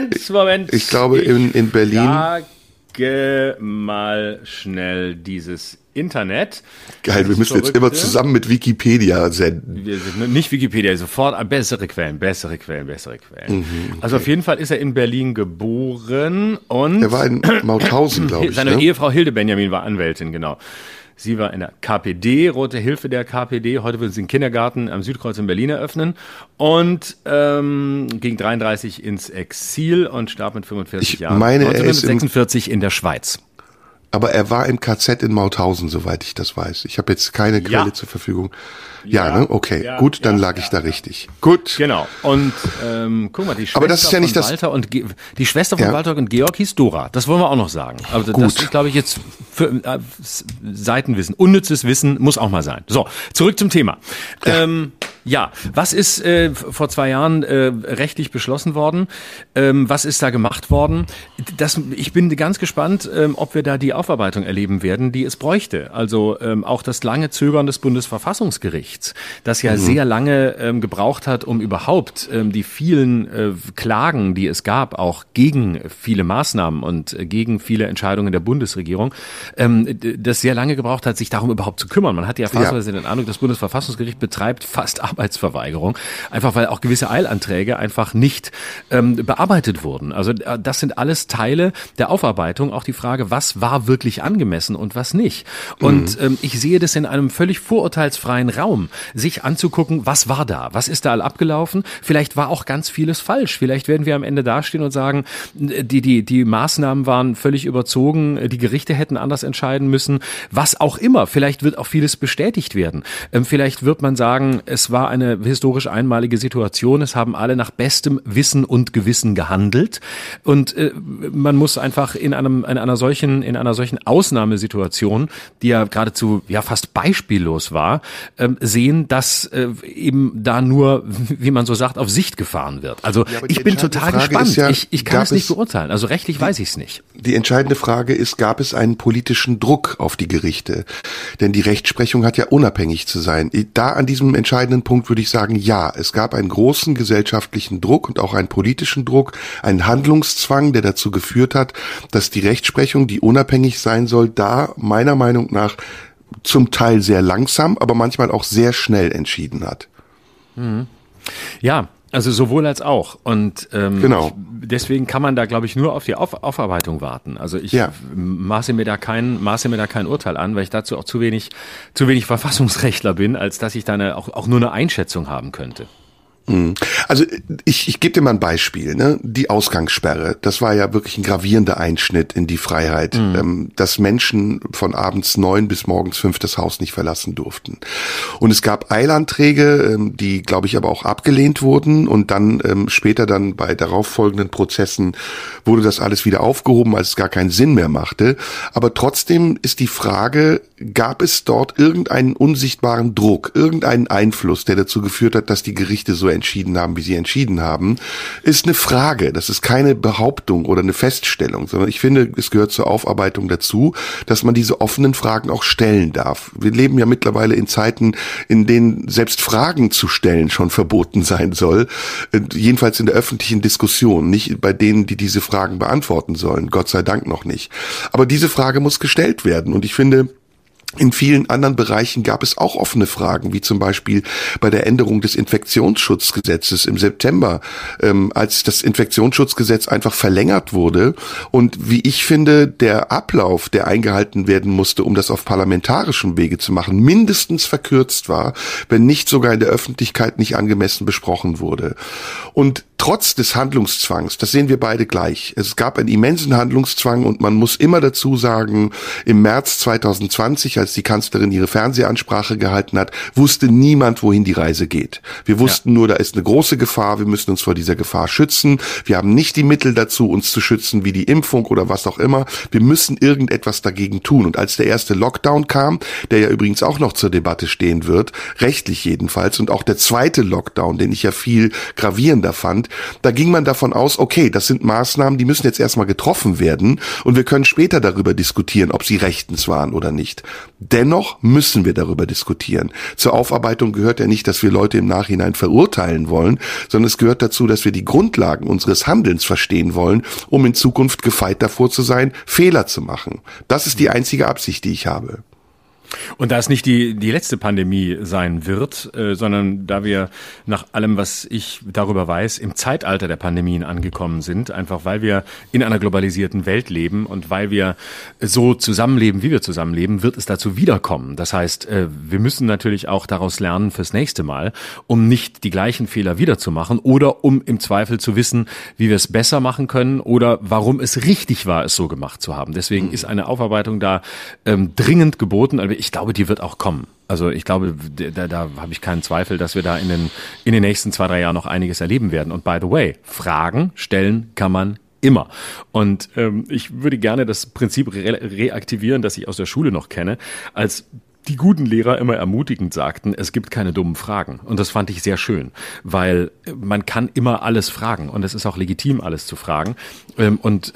Ich glaube in Berlin. Sage mal schnell dieses Internet. Geil, wir müssen jetzt immer zusammen mit Wikipedia senden. Wir sind nicht Wikipedia, sofort bessere Quellen. Also auf jeden Fall ist er in Berlin geboren und... Er war in Mauthausen, glaube ich. Seine Ehefrau Hilde Benjamin war Anwältin, genau. Sie war in der KPD, Rote Hilfe der KPD. Heute will sie den Kindergarten am Südkreuz in Berlin eröffnen. Und ging 33 ins Exil und starb mit 45 Jahren. 1946 in der Schweiz. Aber er war im KZ in Mauthausen, soweit ich das weiß. Ich habe jetzt keine Quelle zur Verfügung. Ja, ne? Okay, gut, dann lag ich da richtig. Gut. Genau. Und guck mal, die Schwester aber das ist ja nicht von Walter und die Schwester von Walter und Georg hieß Dora. Das wollen wir auch noch sagen. Also das ist, glaube ich, jetzt für Seitenwissen, unnützes Wissen muss auch mal sein. So, zurück zum Thema. Ja, was ist vor 2 Jahren rechtlich beschlossen worden? Was ist da gemacht worden? Ich bin ganz gespannt, ob wir da die Aufarbeitung erleben werden, die es bräuchte. Also auch das lange Zögern des Bundesverfassungsgerichts, das ja sehr lange gebraucht hat, um überhaupt die vielen Klagen, die es gab, auch gegen viele Maßnahmen und gegen viele Entscheidungen der Bundesregierung, das sehr lange gebraucht hat, sich darum überhaupt zu kümmern. Man hat ja phasenweise den Eindruck, das Bundesverfassungsgericht betreibt fast Arbeitsverweigerung, einfach weil auch gewisse Eilanträge einfach nicht bearbeitet wurden. Also das sind alles Teile der Aufarbeitung, auch die Frage, was war wirklich angemessen und was nicht. Und ich sehe das in einem völlig vorurteilsfreien Raum, sich anzugucken, was war da, was ist da all abgelaufen. Vielleicht war auch ganz vieles falsch. Vielleicht werden wir am Ende dastehen und sagen, die Maßnahmen waren völlig überzogen, die Gerichte hätten anders entscheiden müssen, was auch immer. Vielleicht wird auch vieles bestätigt werden. Vielleicht wird man sagen, es war war eine historisch einmalige Situation. Es haben alle nach bestem Wissen und Gewissen gehandelt. Und man muss einfach in einer solchen Ausnahmesituation, die ja geradezu fast beispiellos war, sehen, dass eben da nur, wie man so sagt, auf Sicht gefahren wird. Also ich bin total gespannt. Ich kann es nicht beurteilen. Also rechtlich weiß ich es nicht. Die entscheidende Frage ist, gab es einen politischen Druck auf die Gerichte? Denn die Rechtsprechung hat ja unabhängig zu sein. Da an diesem entscheidenden Punkt würde ich sagen, ja, es gab einen großen gesellschaftlichen Druck und auch einen politischen Druck, einen Handlungszwang, der dazu geführt hat, dass die Rechtsprechung, die unabhängig sein soll, da meiner Meinung nach zum Teil sehr langsam, aber manchmal auch sehr schnell entschieden hat. Ja, also sowohl als auch. Und genau. Deswegen kann man da, glaube ich, nur auf die Aufarbeitung warten. Also ich maße mir da kein Urteil an, weil ich dazu auch zu wenig Verfassungsrechtler bin, als dass ich da auch nur eine Einschätzung haben könnte. Also ich gebe dir mal ein Beispiel, ne? Die Ausgangssperre, das war ja wirklich ein gravierender Einschnitt in die Freiheit, dass Menschen von abends 9 bis morgens 5 das Haus nicht verlassen durften. Und es gab Eilanträge, die, glaube ich, aber auch abgelehnt wurden und dann später dann bei darauffolgenden Prozessen wurde das alles wieder aufgehoben, als es gar keinen Sinn mehr machte. Aber trotzdem ist die Frage, gab es dort irgendeinen unsichtbaren Druck, irgendeinen Einfluss, der dazu geführt hat, dass die Gerichte so entschieden haben, wie sie entschieden haben, ist eine Frage. Das ist keine Behauptung oder eine Feststellung, sondern ich finde, es gehört zur Aufarbeitung dazu, dass man diese offenen Fragen auch stellen darf. Wir leben ja mittlerweile in Zeiten, in denen selbst Fragen zu stellen schon verboten sein soll, jedenfalls in der öffentlichen Diskussion, nicht bei denen, die diese Fragen beantworten sollen, Gott sei Dank noch nicht. Aber diese Frage muss gestellt werden und ich finde, in vielen anderen Bereichen gab es auch offene Fragen, wie zum Beispiel bei der Änderung des Infektionsschutzgesetzes im September, als das Infektionsschutzgesetz einfach verlängert wurde und wie ich finde, der Ablauf, der eingehalten werden musste, um das auf parlamentarischem Wege zu machen, mindestens verkürzt war, wenn nicht sogar in der Öffentlichkeit nicht angemessen besprochen wurde. Und trotz des Handlungszwangs, das sehen wir beide gleich, es gab einen immensen Handlungszwang und man muss immer dazu sagen, im März 2020, als die Kanzlerin ihre Fernsehansprache gehalten hat, wusste niemand, wohin die Reise geht. Wir wussten nur, da ist eine große Gefahr, wir müssen uns vor dieser Gefahr schützen. Wir haben nicht die Mittel dazu, uns zu schützen, wie die Impfung oder was auch immer. Wir müssen irgendetwas dagegen tun. Und als der erste Lockdown kam, der ja übrigens auch noch zur Debatte stehen wird, rechtlich jedenfalls, und auch der zweite Lockdown, den ich ja viel gravierender fand, da ging man davon aus, okay, das sind Maßnahmen, die müssen jetzt erstmal getroffen werden und wir können später darüber diskutieren, ob sie rechtens waren oder nicht. Dennoch müssen wir darüber diskutieren. Zur Aufarbeitung gehört ja nicht, dass wir Leute im Nachhinein verurteilen wollen, sondern es gehört dazu, dass wir die Grundlagen unseres Handelns verstehen wollen, um in Zukunft gefeit davor zu sein, Fehler zu machen. Das ist die einzige Absicht, die ich habe. Und da es nicht die letzte Pandemie sein wird, sondern da wir nach allem, was ich darüber weiß, im Zeitalter der Pandemien angekommen sind, einfach weil wir in einer globalisierten Welt leben und weil wir so zusammenleben, wie wir zusammenleben, wird es dazu wiederkommen. Das heißt, wir müssen natürlich auch daraus lernen fürs nächste Mal, um nicht die gleichen Fehler wiederzumachen oder um im Zweifel zu wissen, wie wir es besser machen können oder warum es richtig war, es so gemacht zu haben. Deswegen ist eine Aufarbeitung da dringend geboten. Ich glaube, die wird auch kommen. Also ich glaube, da habe ich keinen Zweifel, dass wir da in den nächsten 2-3 Jahren noch einiges erleben werden. Und by the way, Fragen stellen kann man immer. Und ich würde gerne das Prinzip reaktivieren, das ich aus der Schule noch kenne, als die guten Lehrer immer ermutigend sagten, es gibt keine dummen Fragen. Und das fand ich sehr schön, weil man kann immer alles fragen und es ist auch legitim, alles zu fragen. Und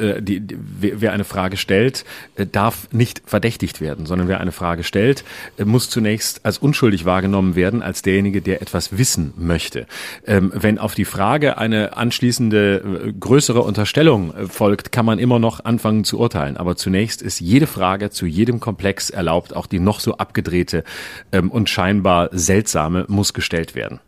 wer eine Frage stellt, darf nicht verdächtigt werden, sondern wer eine Frage stellt, muss zunächst als unschuldig wahrgenommen werden, als derjenige, der etwas wissen möchte. Wenn auf die Frage eine anschließende größere Unterstellung folgt, kann man immer noch anfangen zu urteilen. Aber zunächst ist jede Frage zu jedem Komplex erlaubt, auch die noch so abgedrehte und scheinbar seltsame muss gestellt werden.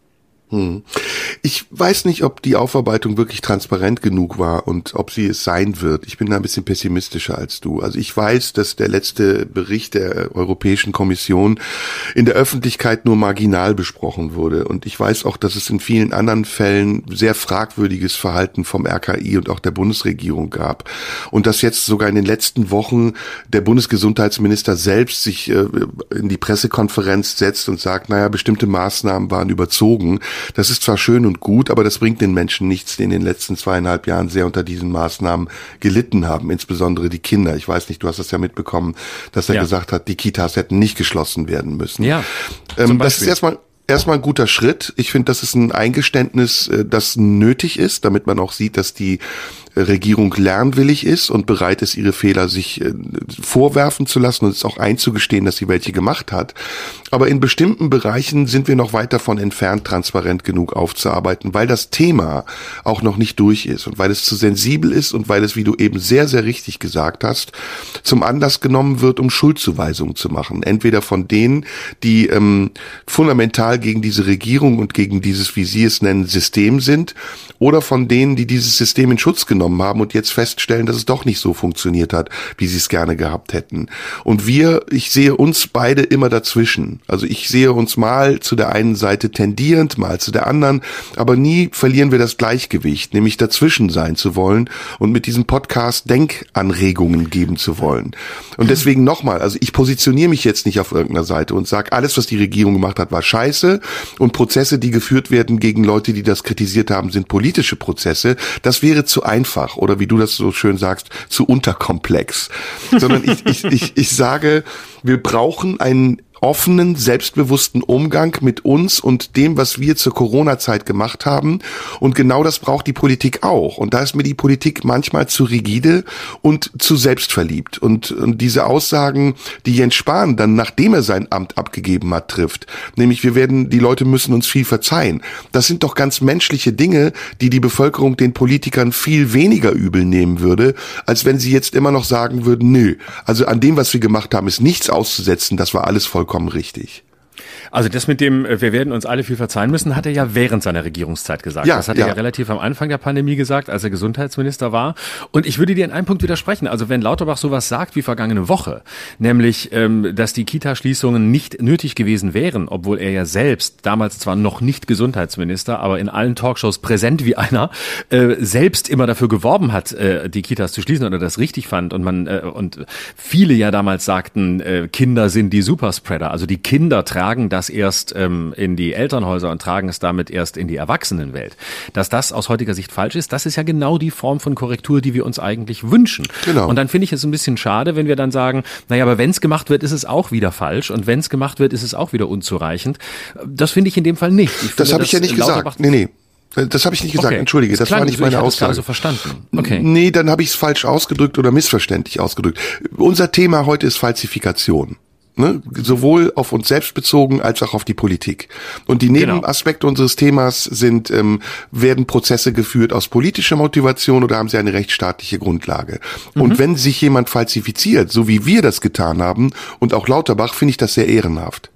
Ich weiß nicht, ob die Aufarbeitung wirklich transparent genug war und ob sie es sein wird. Ich bin da ein bisschen pessimistischer als du. Also ich weiß, dass der letzte Bericht der Europäischen Kommission in der Öffentlichkeit nur marginal besprochen wurde. Und ich weiß auch, dass es in vielen anderen Fällen sehr fragwürdiges Verhalten vom RKI und auch der Bundesregierung gab. Und dass jetzt sogar in den letzten Wochen der Bundesgesundheitsminister selbst sich in die Pressekonferenz setzt und sagt, naja, bestimmte Maßnahmen waren überzogen. Das ist zwar schön und gut, aber das bringt den Menschen nichts, die in den letzten 2,5 Jahren sehr unter diesen Maßnahmen gelitten haben, insbesondere die Kinder. Ich weiß nicht, du hast das ja mitbekommen, dass er gesagt hat, die Kitas hätten nicht geschlossen werden müssen. Ja, das ist erstmal ein guter Schritt. Ich finde, das ist ein Eingeständnis, das nötig ist, damit man auch sieht, dass die Regierung lernwillig ist und bereit ist, ihre Fehler sich vorwerfen zu lassen und es auch einzugestehen, dass sie welche gemacht hat. Aber in bestimmten Bereichen sind wir noch weit davon entfernt, transparent genug aufzuarbeiten, weil das Thema auch noch nicht durch ist und weil es zu sensibel ist und weil es, wie du eben sehr, sehr richtig gesagt hast, zum Anlass genommen wird, um Schuldzuweisungen zu machen. Entweder von denen, die fundamental gegen diese Regierung und gegen dieses, wie sie es nennen, System sind, oder von denen, die dieses System in Schutz genommen haben und jetzt feststellen, dass es doch nicht so funktioniert hat, wie sie es gerne gehabt hätten. Und ich sehe uns beide immer dazwischen. Also ich sehe uns mal zu der einen Seite tendierend, mal zu der anderen, aber nie verlieren wir das Gleichgewicht, nämlich dazwischen sein zu wollen und mit diesem Podcast Denkanregungen geben zu wollen. Und deswegen nochmal, also ich positioniere mich jetzt nicht auf irgendeiner Seite und sage, alles, was die Regierung gemacht hat, war scheiße und Prozesse, die geführt werden gegen Leute, die das kritisiert haben, sind politische Prozesse. Das wäre zu einfach oder wie du das so schön sagst, zu unterkomplex. Sondern ich sage, wir brauchen einen offenen, selbstbewussten Umgang mit uns und dem, was wir zur Corona-Zeit gemacht haben. Und genau das braucht die Politik auch. Und da ist mir die Politik manchmal zu rigide und zu selbstverliebt. Und diese Aussagen, die Jens Spahn dann, nachdem er sein Amt abgegeben hat, trifft, nämlich die Leute müssen uns viel verzeihen. Das sind doch ganz menschliche Dinge, die die Bevölkerung den Politikern viel weniger übel nehmen würde, als wenn sie jetzt immer noch sagen würden, nö, also an dem, was wir gemacht haben, ist nichts auszusetzen, das war alles vollkommen richtig. Also das mit dem, wir werden uns alle viel verzeihen müssen, hat er ja während seiner Regierungszeit gesagt. Das hat er ja relativ am Anfang der Pandemie gesagt, als er Gesundheitsminister war. Und ich würde dir in einem Punkt widersprechen. Also wenn Lauterbach sowas sagt wie vergangene Woche, nämlich, dass die Kita-Schließungen nicht nötig gewesen wären, obwohl er ja selbst, damals zwar noch nicht Gesundheitsminister, aber in allen Talkshows präsent wie einer, selbst immer dafür geworben hat, die Kitas zu schließen oder das richtig fand. Und viele ja damals sagten, Kinder sind die Superspreader. Also die Kinder tragen das erst in die Elternhäuser und tragen es damit erst in die Erwachsenenwelt. Dass das aus heutiger Sicht falsch ist, das ist ja genau die Form von Korrektur, die wir uns eigentlich wünschen. Genau. Und dann finde ich es ein bisschen schade, wenn wir dann sagen, naja, aber wenn es gemacht wird, ist es auch wieder falsch und wenn es gemacht wird, ist es auch wieder unzureichend. Das finde ich in dem Fall nicht. Das habe ich ja nicht gesagt. Nee. Das habe ich nicht gesagt, okay. Entschuldige, das war nicht meine Aussage. Ich habe es verstanden. Okay. Nee, dann habe ich es falsch ausgedrückt oder missverständlich ausgedrückt. Unser Thema heute ist Falsifikation. Ne? Sowohl auf uns selbst bezogen als auch auf die Politik. Und die Nebenaspekte unseres Themas sind, werden Prozesse geführt aus politischer Motivation oder haben sie eine rechtsstaatliche Grundlage? Und wenn sich jemand falsifiziert, so wie wir das getan haben und auch Lauterbach, finde ich das sehr ehrenhaft.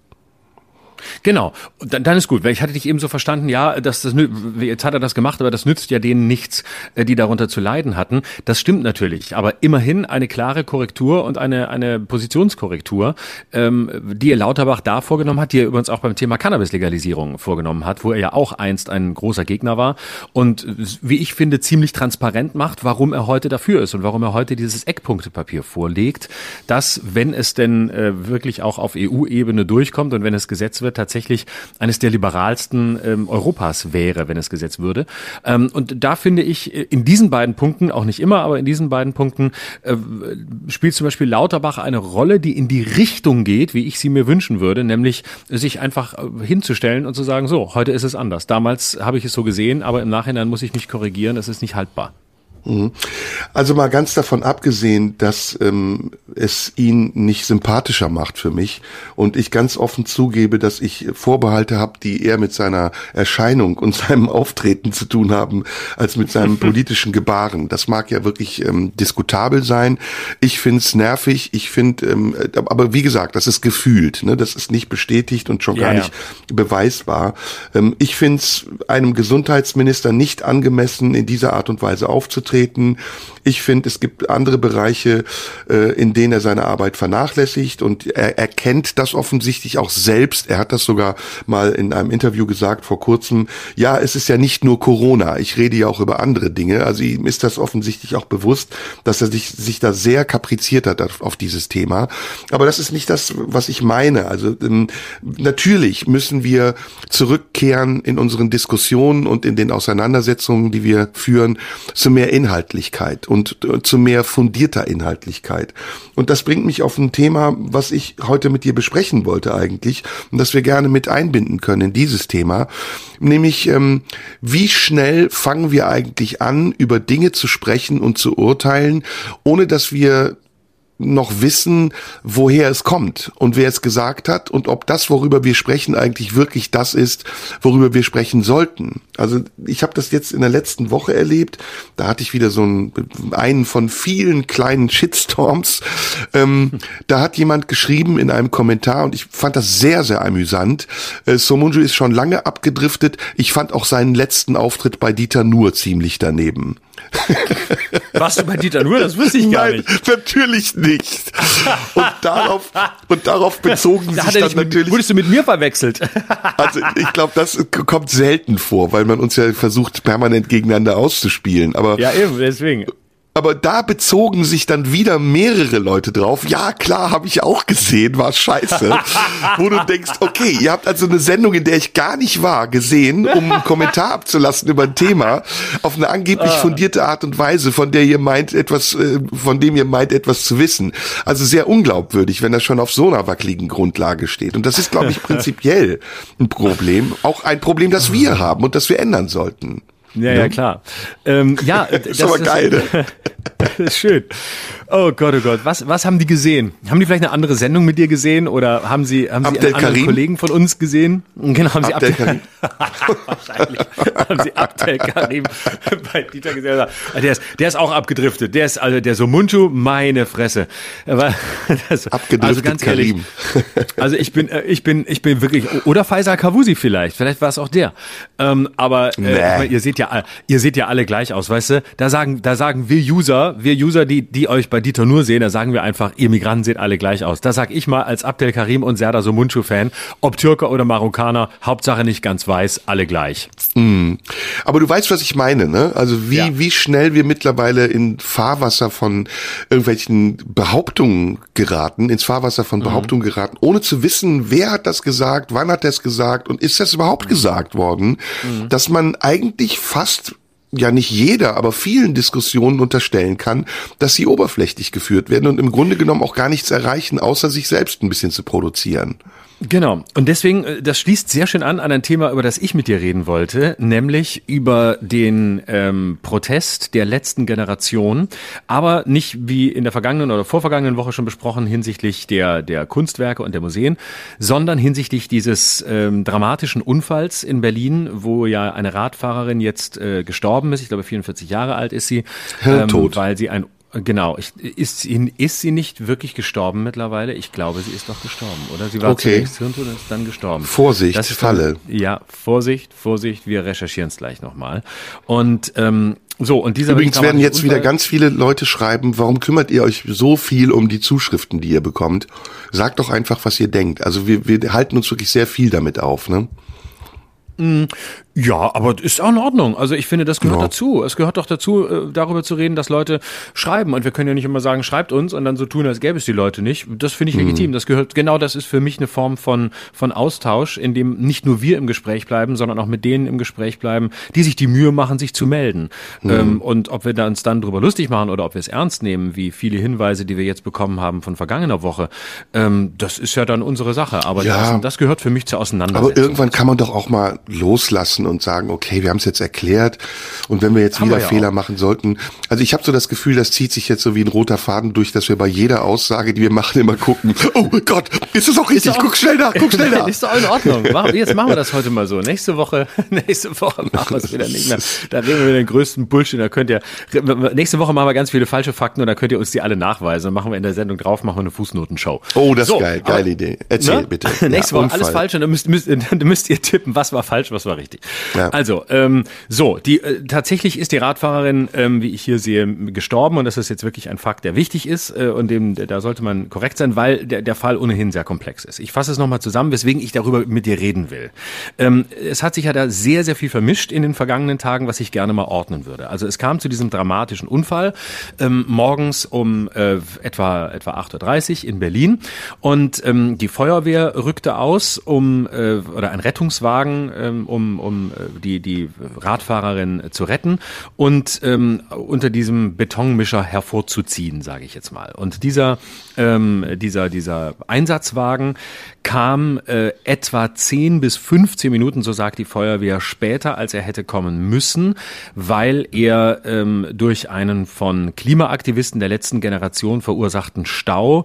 Genau, dann ist gut, weil ich hatte dich eben so verstanden, ja, jetzt hat er das gemacht, aber das nützt ja denen nichts, die darunter zu leiden hatten. Das stimmt natürlich, aber immerhin eine klare Korrektur und eine Positionskorrektur, die Lauterbach da vorgenommen hat, die er übrigens auch beim Thema Cannabis-Legalisierung vorgenommen hat, wo er ja auch einst ein großer Gegner war und, wie ich finde, ziemlich transparent macht, warum er heute dafür ist und warum er heute dieses Eckpunktepapier vorlegt, dass, wenn es denn wirklich auch auf EU-Ebene durchkommt und wenn es Gesetz wird, tatsächlich eines der liberalsten Europas wäre, wenn es gesetzt würde. Und da finde ich, in diesen beiden Punkten, auch nicht immer, aber in diesen beiden Punkten spielt zum Beispiel Lauterbach eine Rolle, die in die Richtung geht, wie ich sie mir wünschen würde, nämlich sich einfach hinzustellen und zu sagen, so, heute ist es anders. Damals habe ich es so gesehen, aber im Nachhinein muss ich mich korrigieren, es ist nicht haltbar. Also mal ganz davon abgesehen, dass es ihn nicht sympathischer macht für mich und ich ganz offen zugebe, dass ich Vorbehalte habe, die eher mit seiner Erscheinung und seinem Auftreten zu tun haben, als mit seinem politischen Gebaren. Das mag ja wirklich diskutabel sein. Ich finde es nervig. Ich finde, aber wie gesagt, das ist gefühlt. Ne? Das ist nicht bestätigt und schon gar nicht beweisbar. Ich finde es einem Gesundheitsminister nicht angemessen, in dieser Art und Weise aufzutreten. Ich finde, es gibt andere Bereiche, in denen er seine Arbeit vernachlässigt und er erkennt das offensichtlich auch selbst. Er hat das sogar mal in einem Interview gesagt vor kurzem. Ja, es ist ja nicht nur Corona. Ich rede ja auch über andere Dinge. Also ihm ist das offensichtlich auch bewusst, dass er sich da sehr kapriziert hat auf dieses Thema. Aber das ist nicht das, was ich meine. Also natürlich müssen wir zurückkehren in unseren Diskussionen und in den Auseinandersetzungen, die wir führen, zu mehr Inhaltlichkeit und zu mehr fundierter Inhaltlichkeit. Und das bringt mich auf ein Thema, was ich heute mit dir besprechen wollte eigentlich und das wir gerne mit einbinden können in dieses Thema, nämlich wie schnell fangen wir eigentlich an, über Dinge zu sprechen und zu urteilen, ohne dass wir noch wissen, woher es kommt und wer es gesagt hat und ob das, worüber wir sprechen, eigentlich wirklich das ist, worüber wir sprechen sollten. Also ich habe das jetzt in der letzten Woche erlebt, da hatte ich wieder so einen von vielen kleinen Shitstorms. Da hat jemand geschrieben in einem Kommentar und ich fand das sehr, sehr amüsant. Somuncu ist schon lange abgedriftet. Ich fand auch seinen letzten Auftritt bei Dieter Nuhr ziemlich daneben. Warst du bei Dieter Nuhr? Das wusste ich gar nicht. Nein, natürlich nicht. Und darauf bezogen sich dann natürlich... Wurdest du mit mir verwechselt? Also ich glaube, das kommt selten vor, weil man uns ja versucht, permanent gegeneinander auszuspielen. Aber ja, eben, deswegen. Aber da bezogen sich dann wieder mehrere Leute drauf. Ja, klar, habe ich auch gesehen, war scheiße. Wo du denkst, okay, ihr habt also eine Sendung, in der ich gar nicht war, gesehen, um einen Kommentar abzulassen über ein Thema, auf eine angeblich fundierte Art und Weise, von dem ihr meint, etwas zu wissen. Also sehr unglaubwürdig, wenn das schon auf so einer wackeligen Grundlage steht. Und das ist, glaube ich, prinzipiell ein Problem. Auch ein Problem, das wir haben und das wir ändern sollten. Ja, klar. Ja, das ist aber geil. Das ist schön. Oh Gott, oh Gott. Was haben die gesehen? Haben die vielleicht eine andere Sendung mit dir gesehen oder haben sie einen anderen Kollegen von uns gesehen? Genau, haben sie Abdel Karim. Wahrscheinlich haben sie Abdel Karim bei Dieter gesehen. Der ist auch abgedriftet. Der ist also der Somuncu, meine Fresse. Aber abgedriftet, also ganz ehrlich, also ich bin wirklich, oder Faisal Kavusi vielleicht war es auch der. Aber ihr seht ja alle gleich aus, weißt du? Da sagen wir User, die euch bei Dieter Nuhr sehen, da sagen wir einfach, ihr Migranten seht alle gleich aus. Da sag ich mal als Abdel Karim und Serdar Somuncu-Fan, ob Türker oder Marokkaner, Hauptsache nicht ganz weiß, alle gleich. Aber du weißt, was ich meine, ne? Also wie schnell wir mittlerweile in Fahrwasser von irgendwelchen Behauptungen geraten, ohne zu wissen, wer hat das gesagt, wann hat er es gesagt und ist das überhaupt gesagt worden, dass man eigentlich fast ja nicht jeder, aber vielen Diskussionen unterstellen kann, dass sie oberflächlich geführt werden und im Grunde genommen auch gar nichts erreichen, außer sich selbst ein bisschen zu produzieren. Genau. Und deswegen, das schließt sehr schön an ein Thema, über das ich mit dir reden wollte, nämlich über den Protest der letzten Generation, aber nicht wie in der vergangenen oder vorvergangenen Woche schon besprochen hinsichtlich der Kunstwerke und der Museen, sondern hinsichtlich dieses dramatischen Unfalls in Berlin, wo ja eine Radfahrerin jetzt gestorben ist. Ich glaube, 44 Jahre alt ist sie, weil sie Genau, ist sie nicht wirklich gestorben mittlerweile? Ich glaube, sie ist doch gestorben, oder? Sie war zunächst Hirntod und ist dann gestorben. Vorsicht, Falle. Ja, Vorsicht, wir recherchieren es gleich nochmal. Und und dieser übrigens werden jetzt wieder ganz viele Leute schreiben, warum kümmert ihr euch so viel um die Zuschriften, die ihr bekommt? Sagt doch einfach, was ihr denkt. Also wir halten uns wirklich sehr viel damit auf, ne? Ja, aber ist auch in Ordnung. Also ich finde, das gehört dazu. Es gehört doch dazu, darüber zu reden, dass Leute schreiben. Und wir können ja nicht immer sagen, schreibt uns und dann so tun, als gäbe es die Leute nicht. Das finde ich legitim. Das ist für mich eine Form von Austausch, in dem nicht nur wir im Gespräch bleiben, sondern auch mit denen im Gespräch bleiben, die sich die Mühe machen, sich zu melden. Und ob wir uns dann drüber lustig machen oder ob wir es ernst nehmen, wie viele Hinweise, die wir jetzt bekommen haben von vergangener Woche, das ist ja dann unsere Sache. Aber das gehört für mich zur Auseinandersetzung. Aber irgendwann kann man doch auch mal loslassen lassen und sagen, okay, wir haben es jetzt erklärt und wenn wir jetzt wieder Fehler machen sollten. Also ich habe so das Gefühl, das zieht sich jetzt so wie ein roter Faden durch, dass wir bei jeder Aussage, die wir machen, immer gucken, oh Gott, ist das auch richtig? Guck schnell nach. Ist doch in Ordnung. Jetzt machen wir das heute mal so. Nächste Woche machen wir es wieder nicht mehr. Da reden wir den größten Bullshit. Nächste Woche machen wir ganz viele falsche Fakten und da könnt ihr uns die alle nachweisen. Dann machen wir in der Sendung drauf, machen wir eine Fußnotenshow. Oh, das ist geil. Geile Idee. Erzähl bitte. Nächste Woche alles falsch und dann müsst ihr tippen, was war falsch, was war richtig. Ja. Also, tatsächlich ist die Radfahrerin, wie ich hier sehe, gestorben und das ist jetzt wirklich ein Fakt, der wichtig ist und da sollte man korrekt sein, weil der Fall ohnehin sehr komplex ist. Ich fasse es nochmal zusammen, weswegen ich darüber mit dir reden will. Es hat sich ja da sehr, sehr viel vermischt in den vergangenen Tagen, was ich gerne mal ordnen würde. Also es kam zu diesem dramatischen Unfall morgens um etwa 8:30 Uhr in Berlin und die Feuerwehr rückte aus, oder ein Rettungswagen, um die Radfahrerin zu retten und unter diesem Betonmischer hervorzuziehen, sage ich jetzt mal. Und dieser Einsatzwagen kam etwa 10 bis 15 Minuten, so sagt die Feuerwehr, später, als er hätte kommen müssen, weil er durch einen von Klimaaktivisten der letzten Generation verursachten Stau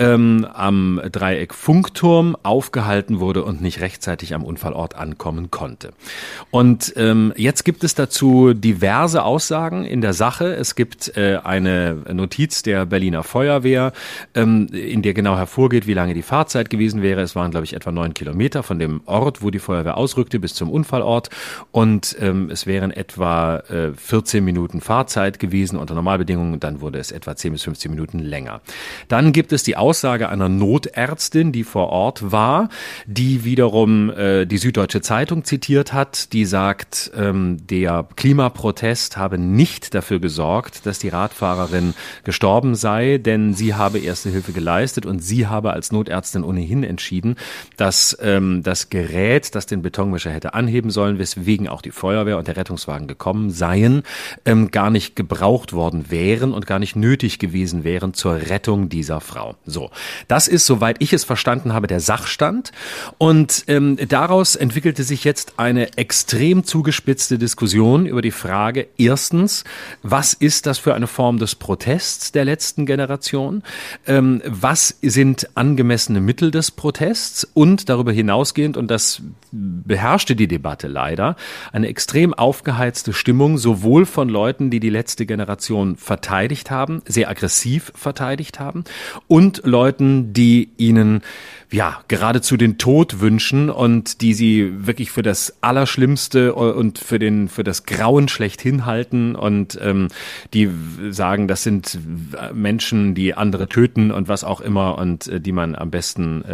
am Dreieck Funkturm aufgehalten wurde und nicht rechtzeitig am Unfallort ankommen konnte. Und jetzt gibt es dazu diverse Aussagen in der Sache. Es gibt eine Notiz der Berliner Feuerwehr, in der genau hervorgeht, wie lange die Fahrzeit gewesen wäre. Es waren, glaube ich, etwa 9 Kilometer von dem Ort, wo die Feuerwehr ausrückte, bis zum Unfallort. Und es wären etwa 14 Minuten Fahrzeit gewesen unter Normalbedingungen. Dann wurde es etwa 10 bis 15 Minuten länger. Dann gibt es die Aussage einer Notärztin, die vor Ort war, die wiederum die Süddeutsche Zeitung zitiert hat, die sagt, der Klimaprotest habe nicht dafür gesorgt, dass die Radfahrerin gestorben sei, denn sie habe Erste Hilfe geleistet und sie habe als Notärztin ohnehin entschieden, dass das Gerät, das den Betonmischer hätte anheben sollen, weswegen auch die Feuerwehr und der Rettungswagen gekommen seien, gar nicht gebraucht worden wären und gar nicht nötig gewesen wären zur Rettung dieser Frau. So, das ist, soweit ich es verstanden habe, der Sachstand. Und daraus entwickelte sich jetzt eine extrem zugespitzte Diskussion über die Frage, erstens, was ist das für eine Form des Protests der letzten Generation? Was sind angemessene Mittel des Protests? Und darüber hinausgehend, und das beherrschte die Debatte leider, eine extrem aufgeheizte Stimmung, sowohl von Leuten, die die letzte Generation verteidigt haben, sehr aggressiv verteidigt haben, und Leuten, die ihnen geradezu den Tod wünschen und die sie wirklich für das Allerschlimmste und für das Grauen schlechthin halten und die sagen, das sind Menschen, die andere töten und was auch immer und die man am besten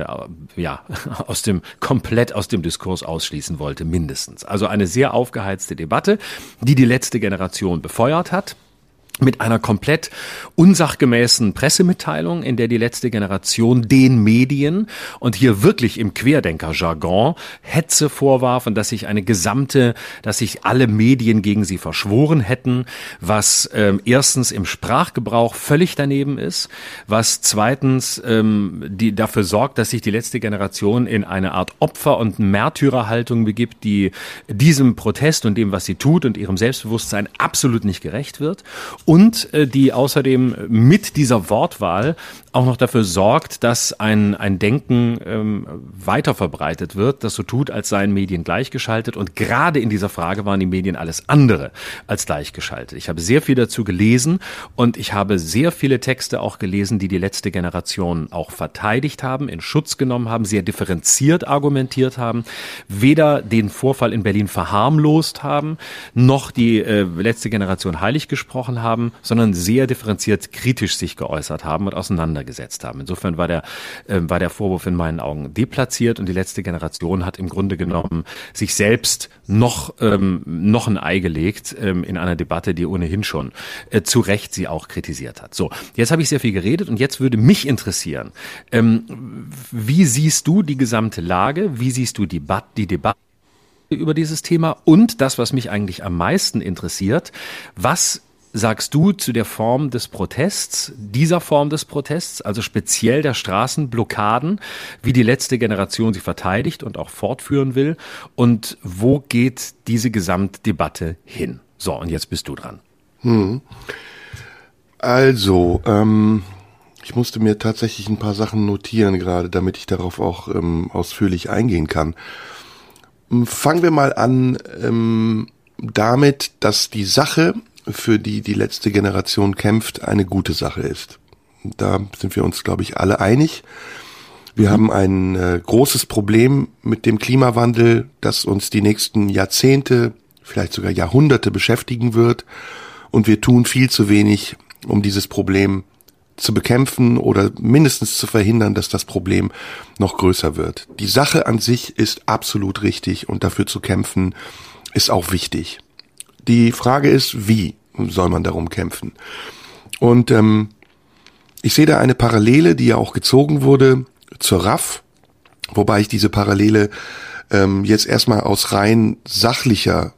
komplett aus dem Diskurs ausschließen wollte, mindestens. Also eine sehr aufgeheizte Debatte, die letzte Generation befeuert hat. Mit einer komplett unsachgemäßen Pressemitteilung, in der die letzte Generation den Medien und hier wirklich im Querdenker-Jargon Hetze vorwarf und dass sich alle Medien gegen sie verschworen hätten, was erstens im Sprachgebrauch völlig daneben ist, was zweitens die dafür sorgt, dass sich die letzte Generation in eine Art Opfer- und Märtyrerhaltung begibt, die diesem Protest und dem, was sie tut und ihrem Selbstbewusstsein absolut nicht gerecht wird. Und die außerdem mit dieser Wortwahl auch noch dafür sorgt, dass ein Denken weiter verbreitet wird, das so tut, als seien Medien gleichgeschaltet. Und gerade in dieser Frage waren die Medien alles andere als gleichgeschaltet. Ich habe sehr viel dazu gelesen und ich habe sehr viele Texte auch gelesen, die letzte Generation auch verteidigt haben, in Schutz genommen haben, sehr differenziert argumentiert haben, weder den Vorfall in Berlin verharmlost haben, noch die letzte Generation heilig gesprochen haben, sondern sehr differenziert kritisch sich geäußert haben und auseinandergesetzt haben. Insofern war der Vorwurf in meinen Augen deplatziert und die letzte Generation hat im Grunde genommen sich selbst noch ein Ei gelegt in einer Debatte, die ohnehin schon zu Recht sie auch kritisiert hat. So, jetzt habe ich sehr viel geredet und jetzt würde mich interessieren, wie siehst du die gesamte Lage, wie siehst du die Debatte über dieses Thema und das, was mich eigentlich am meisten interessiert, was sagst du zu der Form des Protests, dieser Form des Protests, also speziell der Straßenblockaden, wie die letzte Generation sie verteidigt und auch fortführen will? Und wo geht diese Gesamtdebatte hin? So, und jetzt bist du dran. Also, ich musste mir tatsächlich ein paar Sachen notieren gerade, damit ich darauf auch ausführlich eingehen kann. Fangen wir mal an damit, dass die Sache, für die die letzte Generation kämpft, eine gute Sache ist. Da sind wir uns, glaube ich, alle einig. Wir haben ein großes Problem mit dem Klimawandel, das uns die nächsten Jahrzehnte, vielleicht sogar Jahrhunderte beschäftigen wird. Und wir tun viel zu wenig, um dieses Problem zu bekämpfen oder mindestens zu verhindern, dass das Problem noch größer wird. Die Sache an sich ist absolut richtig und dafür zu kämpfen ist auch wichtig. Die Frage ist, wie soll man darum kämpfen? Und ich sehe da eine Parallele, die ja auch gezogen wurde zur RAF, wobei ich diese Parallele jetzt erstmal aus rein sachlicher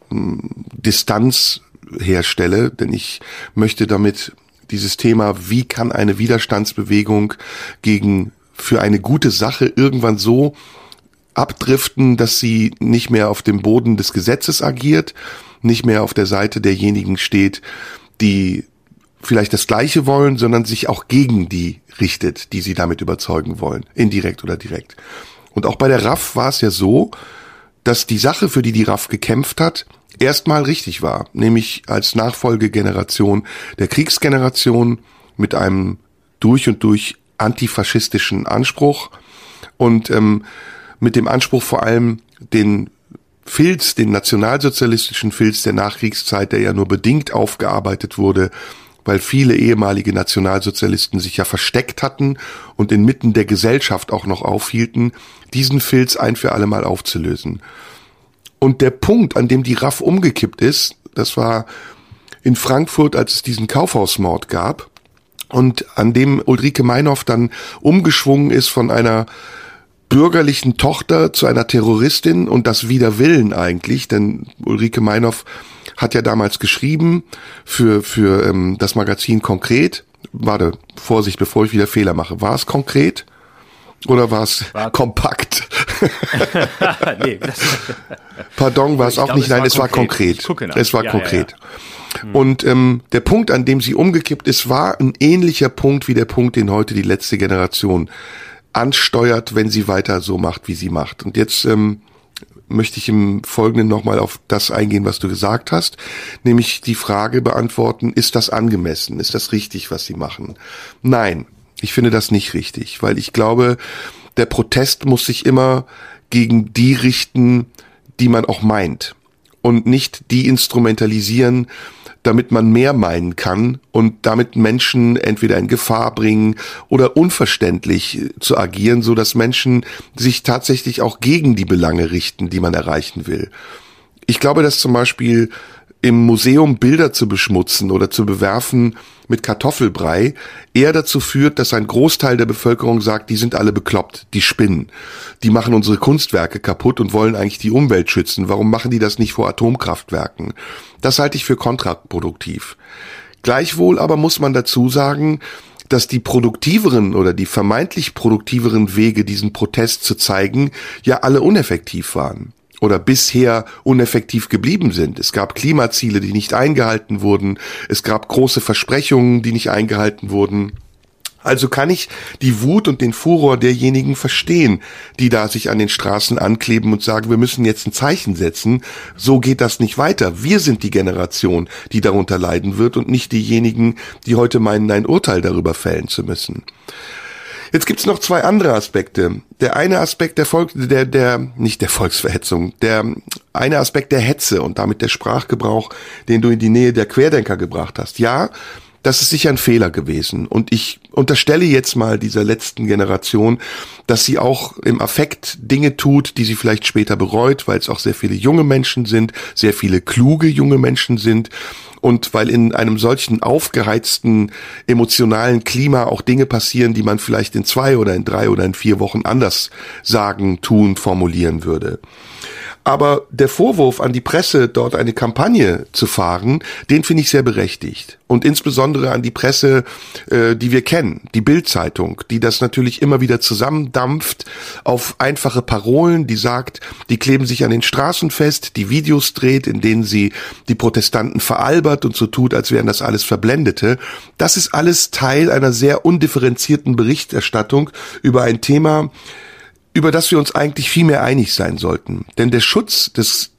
Distanz herstelle, denn ich möchte damit dieses Thema, wie kann eine Widerstandsbewegung für eine gute Sache irgendwann so abdriften, dass sie nicht mehr auf dem Boden des Gesetzes agiert, nicht mehr auf der Seite derjenigen steht, die vielleicht das Gleiche wollen, sondern sich auch gegen die richtet, die sie damit überzeugen wollen, indirekt oder direkt. Und auch bei der RAF war es ja so, dass die Sache, für die RAF gekämpft hat, erstmal richtig war, nämlich als Nachfolgegeneration der Kriegsgeneration mit einem durch und durch antifaschistischen Anspruch und mit dem Anspruch vor allem den nationalsozialistischen Filz der Nachkriegszeit, der ja nur bedingt aufgearbeitet wurde, weil viele ehemalige Nationalsozialisten sich ja versteckt hatten und inmitten der Gesellschaft auch noch aufhielten, diesen Filz ein für alle Mal aufzulösen. Und der Punkt, an dem die RAF umgekippt ist, das war in Frankfurt, als es diesen Kaufhausmord gab und an dem Ulrike Meinhof dann umgeschwungen ist von einer bürgerlichen Tochter zu einer Terroristin und das wider Willen eigentlich, denn Ulrike Meinhof hat ja damals geschrieben für das Magazin Konkret. Warte, Vorsicht, bevor ich wieder Fehler mache. War es Konkret oder war es kompakt? Nee, Pardon, war es auch nicht. Nein, es war konkret. Es war konkret. Ja. Und der Punkt, an dem sie umgekippt ist, war ein ähnlicher Punkt wie der Punkt, den heute die letzte Generation ansteuert, wenn sie weiter so macht, wie sie macht. Und jetzt möchte ich im Folgenden nochmal auf das eingehen, was du gesagt hast, nämlich die Frage beantworten, ist das angemessen? Ist das richtig, was sie machen? Nein, ich finde das nicht richtig, weil ich glaube, der Protest muss sich immer gegen die richten, die man auch meint und nicht die instrumentalisieren, damit man mehr meinen kann und damit Menschen entweder in Gefahr bringen oder unverständlich zu agieren, so dass Menschen sich tatsächlich auch gegen die Belange richten, die man erreichen will. Ich glaube, dass zum Beispiel im Museum Bilder zu beschmutzen oder zu bewerfen mit Kartoffelbrei eher dazu führt, dass ein Großteil der Bevölkerung sagt, die sind alle bekloppt, die spinnen, die machen unsere Kunstwerke kaputt und wollen eigentlich die Umwelt schützen. Warum machen die das nicht vor Atomkraftwerken? Das halte ich für kontraproduktiv. Gleichwohl aber muss man dazu sagen, dass die produktiveren oder die vermeintlich produktiveren Wege, diesen Protest zu zeigen, ja alle uneffektiv waren oder bisher uneffektiv geblieben sind. Es gab Klimaziele, die nicht eingehalten wurden. Es gab große Versprechungen, die nicht eingehalten wurden. Also kann ich die Wut und den Furor derjenigen verstehen, die da sich an den Straßen ankleben und sagen, wir müssen jetzt ein Zeichen setzen. So geht das nicht weiter. Wir sind die Generation, die darunter leiden wird und nicht diejenigen, die heute meinen, ein Urteil darüber fällen zu müssen. Jetzt gibt's noch zwei andere Aspekte. Der eine Aspekt nicht der Volksverhetzung, der eine Aspekt der Hetze und damit der Sprachgebrauch, den du in die Nähe der Querdenker gebracht hast. Ja, das ist sicher ein Fehler gewesen. Und ich unterstelle jetzt mal dieser letzten Generation, dass sie auch im Affekt Dinge tut, die sie vielleicht später bereut, weil es auch sehr viele junge Menschen sind, sehr viele kluge junge Menschen sind. Und weil in einem solchen aufgeheizten, emotionalen Klima auch Dinge passieren, die man vielleicht in 2 oder in 3 oder in 4 Wochen anders sagen, tun, formulieren würde. Aber der Vorwurf an die Presse, dort eine Kampagne zu fahren, den finde ich sehr berechtigt. Und insbesondere an die Presse, die wir kennen, die Bild-Zeitung, die das natürlich immer wieder zusammendampft auf einfache Parolen, die sagt, die kleben sich an den Straßen fest, die Videos dreht, in denen sie die Protestanten veralbert und so tut, als wären das alles Verblendete. Das ist alles Teil einer sehr undifferenzierten Berichterstattung über ein Thema, über das wir uns eigentlich viel mehr einig sein sollten. Denn der Schutz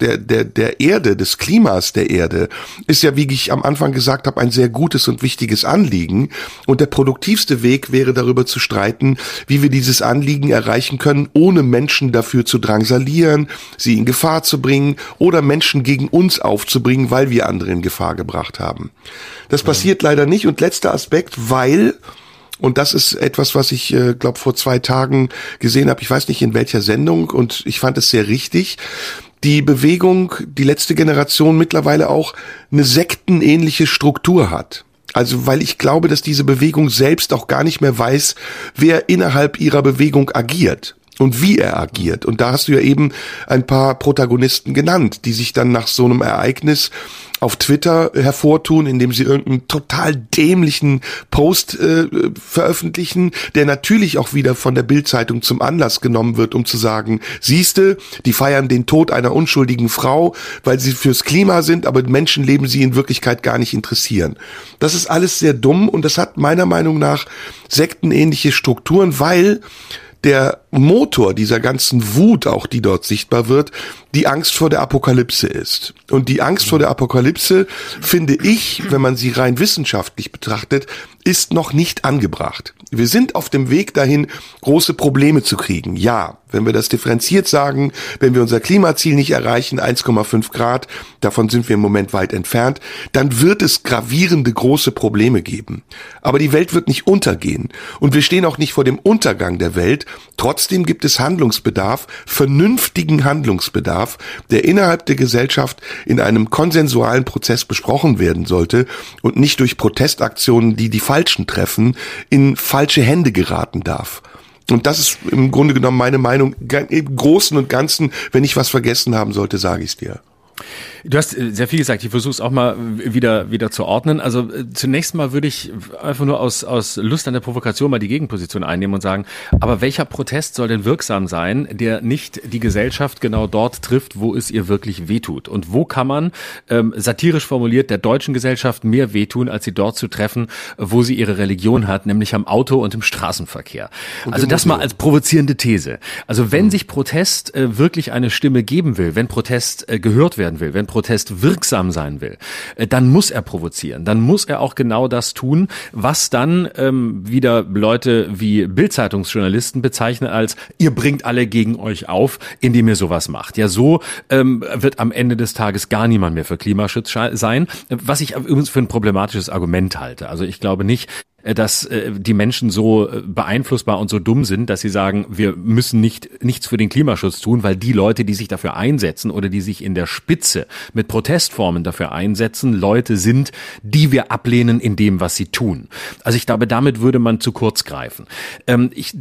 der Erde, des Klimas der Erde, ist ja, wie ich am Anfang gesagt habe, ein sehr gutes und wichtiges Anliegen. Und der produktivste Weg wäre, darüber zu streiten, wie wir dieses Anliegen erreichen können, ohne Menschen dafür zu drangsalieren, sie in Gefahr zu bringen oder Menschen gegen uns aufzubringen, weil wir andere in Gefahr gebracht haben. Das passiert leider nicht. Und letzter Aspekt, weil... Und das ist etwas, was ich, glaube, vor 2 Tagen gesehen habe. Ich weiß nicht in welcher Sendung und ich fand es sehr richtig. Die Bewegung, die letzte Generation mittlerweile auch eine sektenähnliche Struktur hat. Also weil ich glaube, dass diese Bewegung selbst auch gar nicht mehr weiß, wer innerhalb ihrer Bewegung agiert. Und wie er agiert. Und da hast du ja eben ein paar Protagonisten genannt, die sich dann nach so einem Ereignis auf Twitter hervortun, indem sie irgendeinen total dämlichen Post veröffentlichen, der natürlich auch wieder von der Bild-Zeitung zum Anlass genommen wird, um zu sagen, siehste, die feiern den Tod einer unschuldigen Frau, weil sie fürs Klima sind, aber Menschenleben sie in Wirklichkeit gar nicht interessieren. Das ist alles sehr dumm und das hat meiner Meinung nach sektenähnliche Strukturen, weil der Motor dieser ganzen Wut, auch die dort sichtbar wird, die Angst vor der Apokalypse ist. Und die Angst vor der Apokalypse, finde ich, wenn man sie rein wissenschaftlich betrachtet, ist noch nicht angebracht. Wir sind auf dem Weg dahin, große Probleme zu kriegen. Ja, wenn wir das differenziert sagen, wenn wir unser Klimaziel nicht erreichen, 1,5 Grad, davon sind wir im Moment weit entfernt, dann wird es gravierende große Probleme geben. Aber die Welt wird nicht untergehen. Und wir stehen auch nicht vor dem Untergang der Welt. Trotzdem gibt es Handlungsbedarf, vernünftigen Handlungsbedarf, der innerhalb der Gesellschaft in einem konsensualen Prozess besprochen werden sollte und nicht durch Protestaktionen, die die Falschen treffen, in falsche Hände geraten darf. Und das ist im Grunde genommen meine Meinung. Im Großen und Ganzen, wenn ich was vergessen haben sollte, sage ich es dir. Du hast sehr viel gesagt. Ich versuche es auch mal wieder zu ordnen. Also zunächst mal würde ich einfach nur aus Lust an der Provokation mal die Gegenposition einnehmen und sagen, aber welcher Protest soll denn wirksam sein, der nicht die Gesellschaft genau dort trifft, wo es ihr wirklich wehtut? Und wo kann man, satirisch formuliert, der deutschen Gesellschaft mehr wehtun, als sie dort zu treffen, wo sie ihre Religion hat, nämlich am Auto und im Straßenverkehr? Also das mal als provozierende These. Also wenn sich Protest wirklich eine Stimme geben will, wenn Protest gehört werden will, wenn Protest wirksam sein will, dann muss er provozieren. Dann muss er auch genau das tun, was dann wieder Leute wie Bild-Zeitungsjournalisten bezeichnen als, ihr bringt alle gegen euch auf, indem ihr sowas macht. Ja, so wird am Ende des Tages gar niemand mehr für Klimaschutz sein, was ich übrigens für ein problematisches Argument halte. Also ich glaube nicht, dass die Menschen so beeinflussbar und so dumm sind, dass sie sagen, wir müssen nichts für den Klimaschutz tun, weil die Leute, die sich dafür einsetzen oder die sich in der Spitze mit Protestformen dafür einsetzen, Leute sind, die wir ablehnen in dem, was sie tun. Also ich glaube, damit würde man zu kurz greifen. Ich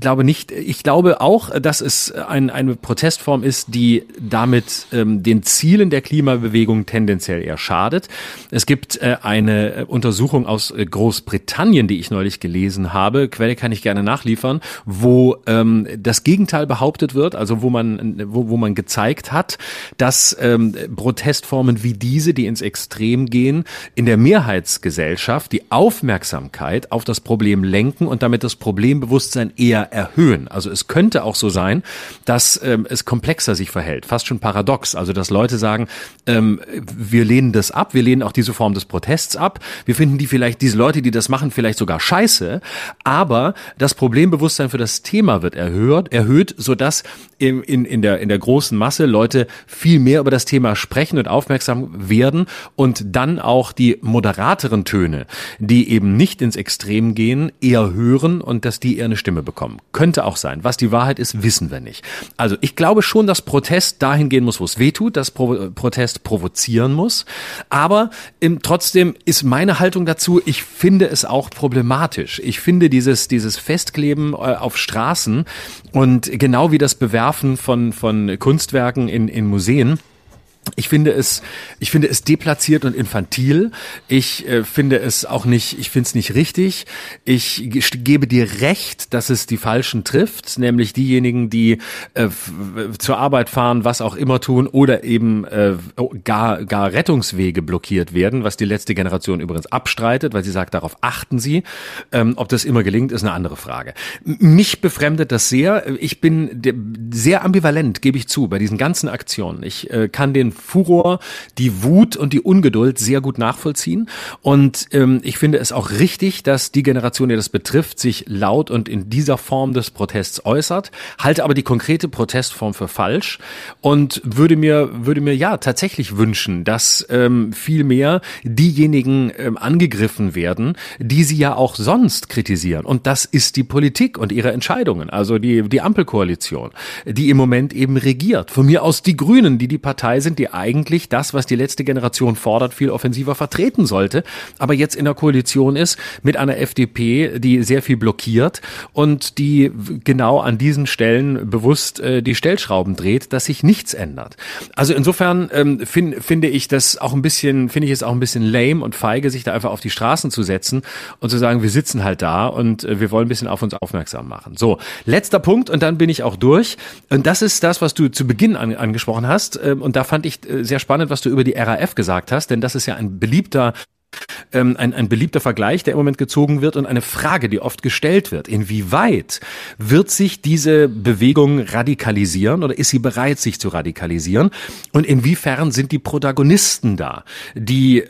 glaube auch, dass es eine Protestform ist, die damit den Zielen der Klimabewegung tendenziell eher schadet. Es gibt eine Untersuchung aus Großbritannien, die ich neulich gelesen habe, Quelle kann ich gerne nachliefern, wo das Gegenteil behauptet wird, also wo man gezeigt hat, dass Protestformen wie diese, die ins Extrem gehen, in der Mehrheitsgesellschaft die Aufmerksamkeit auf das Problem lenken und damit das Problembewusstsein eher erhöhen. Also es könnte auch so sein, dass es komplexer sich verhält, fast schon paradox, also dass Leute sagen, wir lehnen das ab, wir lehnen auch diese Form des Protests ab, wir finden diese Leute, die das machen, vielleicht sogar scheiße, aber das Problembewusstsein für das Thema wird erhöht, sodass in der großen Masse Leute viel mehr über das Thema sprechen und aufmerksam werden und dann auch die moderateren Töne, die eben nicht ins Extrem gehen, eher hören und dass die eher eine Stimme bekommen. Könnte auch sein. Was die Wahrheit ist, wissen wir nicht. Also ich glaube schon, dass Protest dahin gehen muss, wo es weh tut, dass Protest provozieren muss, aber trotzdem ist meine Haltung dazu, ich finde es auch problematisch, problematisch. Ich finde dieses Festkleben auf Straßen und genau wie das Bewerfen von Kunstwerken in Museen, ich finde es deplatziert und infantil. Ich finde es nicht richtig. Ich gebe dir recht, dass es die Falschen trifft, nämlich diejenigen, die zur Arbeit fahren, was auch immer tun oder eben gar Rettungswege blockiert werden, was die letzte Generation übrigens abstreitet, weil sie sagt, darauf achten sie. Ob das immer gelingt, ist eine andere Frage. Mich befremdet das sehr. Ich bin sehr ambivalent, gebe ich zu, bei diesen ganzen Aktionen. Ich kann den Furor, die Wut und die Ungeduld sehr gut nachvollziehen. Und ich finde es auch richtig, dass die Generation, die das betrifft, sich laut und in dieser Form des Protests äußert, halte aber die konkrete Protestform für falsch und würde mir ja tatsächlich wünschen, dass viel mehr diejenigen angegriffen werden, die sie ja auch sonst kritisieren. Und das ist die Politik und ihre Entscheidungen, also die Ampelkoalition, die im Moment eben regiert. Von mir aus die Grünen, die Partei sind, die eigentlich das, was die letzte Generation fordert, viel offensiver vertreten sollte, aber jetzt in der Koalition ist mit einer FDP, die sehr viel blockiert und die genau an diesen Stellen bewusst die Stellschrauben dreht, dass sich nichts ändert. Also insofern finde ich es auch ein bisschen lame und feige, sich da einfach auf die Straßen zu setzen und zu sagen, wir sitzen halt da und wir wollen ein bisschen auf uns aufmerksam machen. So, letzter Punkt und dann bin ich auch durch. Und das ist das, was du zu Beginn angesprochen hast. Und da fand ich sehr spannend, was du über die RAF gesagt hast, denn das ist ja ein beliebter Vergleich, der im Moment gezogen wird und eine Frage, die oft gestellt wird. Inwieweit wird sich diese Bewegung radikalisieren oder ist sie bereit, sich zu radikalisieren? Und inwiefern sind die Protagonisten da, die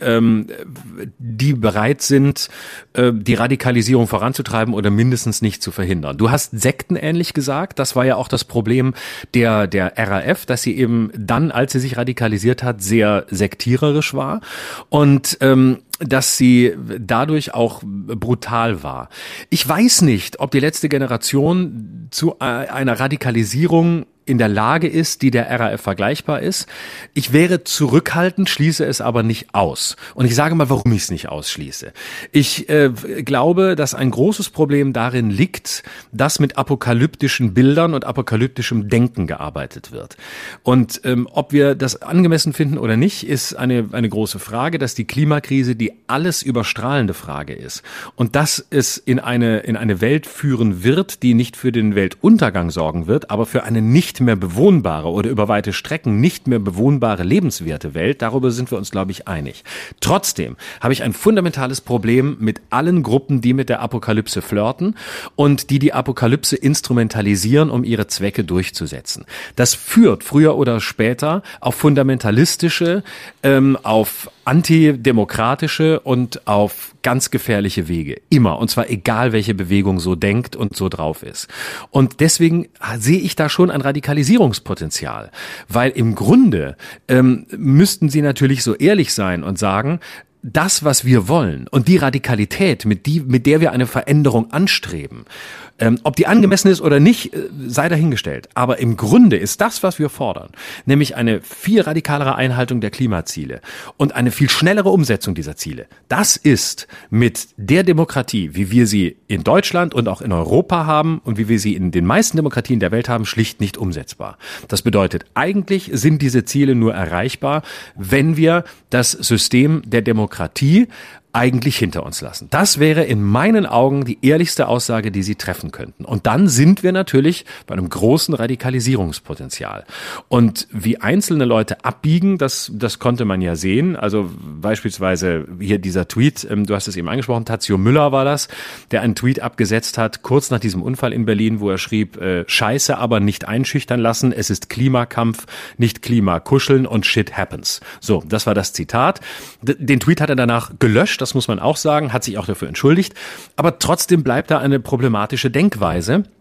bereit sind, die Radikalisierung voranzutreiben oder mindestens nicht zu verhindern? Du hast sektenähnlich gesagt, das war ja auch das Problem der RAF, dass sie eben dann, als sie sich radikalisiert hat, sehr sektiererisch war und dass sie dadurch auch brutal war. Ich weiß nicht, ob die letzte Generation zu einer Radikalisierung in der Lage ist, die der RAF vergleichbar ist. Ich wäre zurückhaltend, schließe es aber nicht aus. Und ich sage mal, warum ich es nicht ausschließe. Ich glaube, dass ein großes Problem darin liegt, dass mit apokalyptischen Bildern und apokalyptischem Denken gearbeitet wird. Und ob wir das angemessen finden oder nicht, ist eine große Frage, dass die Klimakrise die alles überstrahlende Frage ist. Und dass es in eine Welt führen wird, die nicht für den Weltuntergang sorgen wird, aber für eine nicht mehr bewohnbare oder über weite Strecken nicht mehr bewohnbare lebenswerte Welt, darüber sind wir uns, glaube ich, einig. Trotzdem habe ich ein fundamentales Problem mit allen Gruppen, die mit der Apokalypse flirten und die Apokalypse instrumentalisieren, um ihre Zwecke durchzusetzen. Das führt früher oder später auf fundamentalistische, auf antidemokratische und auf ganz gefährliche Wege. Immer. Und zwar egal, welche Bewegung so denkt und so drauf ist. Und deswegen sehe ich da schon ein Radikalisierungspotenzial. Weil im Grunde müssten sie natürlich so ehrlich sein und sagen, das, was wir wollen und die Radikalität, mit der wir eine Veränderung anstreben, ob die angemessen ist oder nicht, sei dahingestellt. Aber im Grunde ist das, was wir fordern, nämlich eine viel radikalere Einhaltung der Klimaziele und eine viel schnellere Umsetzung dieser Ziele. Das ist mit der Demokratie, wie wir sie in Deutschland und auch in Europa haben und wie wir sie in den meisten Demokratien der Welt haben, schlicht nicht umsetzbar. Das bedeutet, eigentlich sind diese Ziele nur erreichbar, wenn wir das System der Demokratie eigentlich hinter uns lassen. Das wäre in meinen Augen die ehrlichste Aussage, die Sie treffen könnten. Und dann sind wir natürlich bei einem großen Radikalisierungspotenzial. Und wie einzelne Leute abbiegen, das konnte man ja sehen. Also beispielsweise hier dieser Tweet, du hast es eben angesprochen, Tadzio Müller war das, der einen Tweet abgesetzt hat, kurz nach diesem Unfall in Berlin, wo er schrieb, Scheiße, aber nicht einschüchtern lassen, es ist Klimakampf, nicht Klimakuscheln und shit happens. So, das war das Zitat. Den Tweet hat er danach gelöscht, das muss man auch sagen, hat sich auch dafür entschuldigt. Aber trotzdem bleibt da eine problematische Denkweise,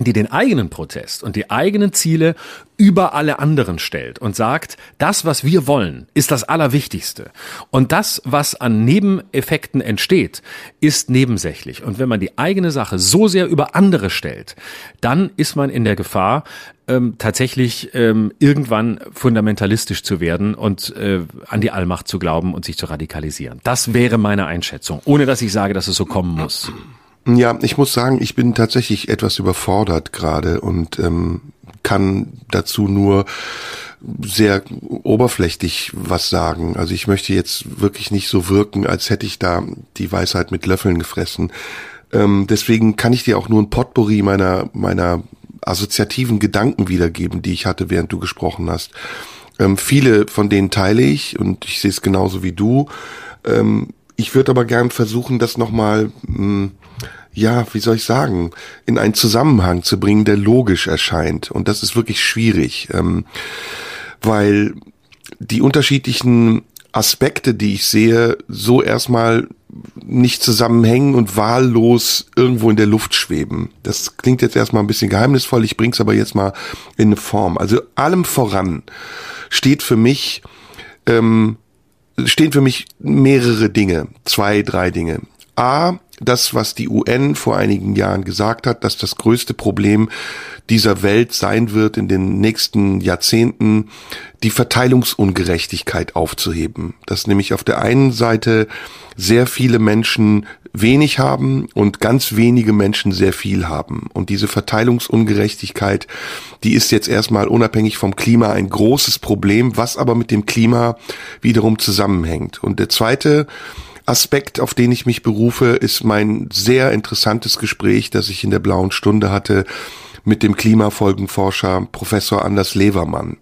die den eigenen Protest und die eigenen Ziele über alle anderen stellt und sagt, das, was wir wollen, ist das Allerwichtigste. Und das, was an Nebeneffekten entsteht, ist nebensächlich. Und wenn man die eigene Sache so sehr über andere stellt, dann ist man in der Gefahr, tatsächlich irgendwann fundamentalistisch zu werden und an die Allmacht zu glauben und sich zu radikalisieren. Das wäre meine Einschätzung, ohne dass ich sage, dass es so kommen muss. Ja, ich muss sagen, ich bin tatsächlich etwas überfordert gerade und kann dazu nur sehr oberflächlich was sagen. Also ich möchte jetzt wirklich nicht so wirken, als hätte ich da die Weisheit mit Löffeln gefressen. Deswegen kann ich dir auch nur ein Potpourri meiner assoziativen Gedanken wiedergeben, die ich hatte, während du gesprochen hast. Viele von denen teile ich und ich sehe es genauso wie du. Ich würde aber gern versuchen, das nochmal, wie soll ich sagen, in einen Zusammenhang zu bringen, der logisch erscheint. Und das ist wirklich schwierig, weil die unterschiedlichen Aspekte, die ich sehe, so erstmal nicht zusammenhängen und wahllos irgendwo in der Luft schweben. Das klingt jetzt erstmal ein bisschen geheimnisvoll, ich bring's aber jetzt mal in eine Form. Also allem voran stehen für mich mehrere Dinge, 2, 3 Dinge. A, das, was die UN vor einigen Jahren gesagt hat, dass das größte Problem dieser Welt sein wird, in den nächsten Jahrzehnten die Verteilungsungerechtigkeit aufzuheben. Dass nämlich auf der einen Seite sehr viele Menschen wenig haben und ganz wenige Menschen sehr viel haben. Und diese Verteilungsungerechtigkeit, die ist jetzt erstmal unabhängig vom Klima ein großes Problem, was aber mit dem Klima wiederum zusammenhängt. Und der zweite Aspekt, auf den ich mich berufe, ist mein sehr interessantes Gespräch, das ich in der Blauen Stunde hatte mit dem Klimafolgenforscher Professor Anders Levermann,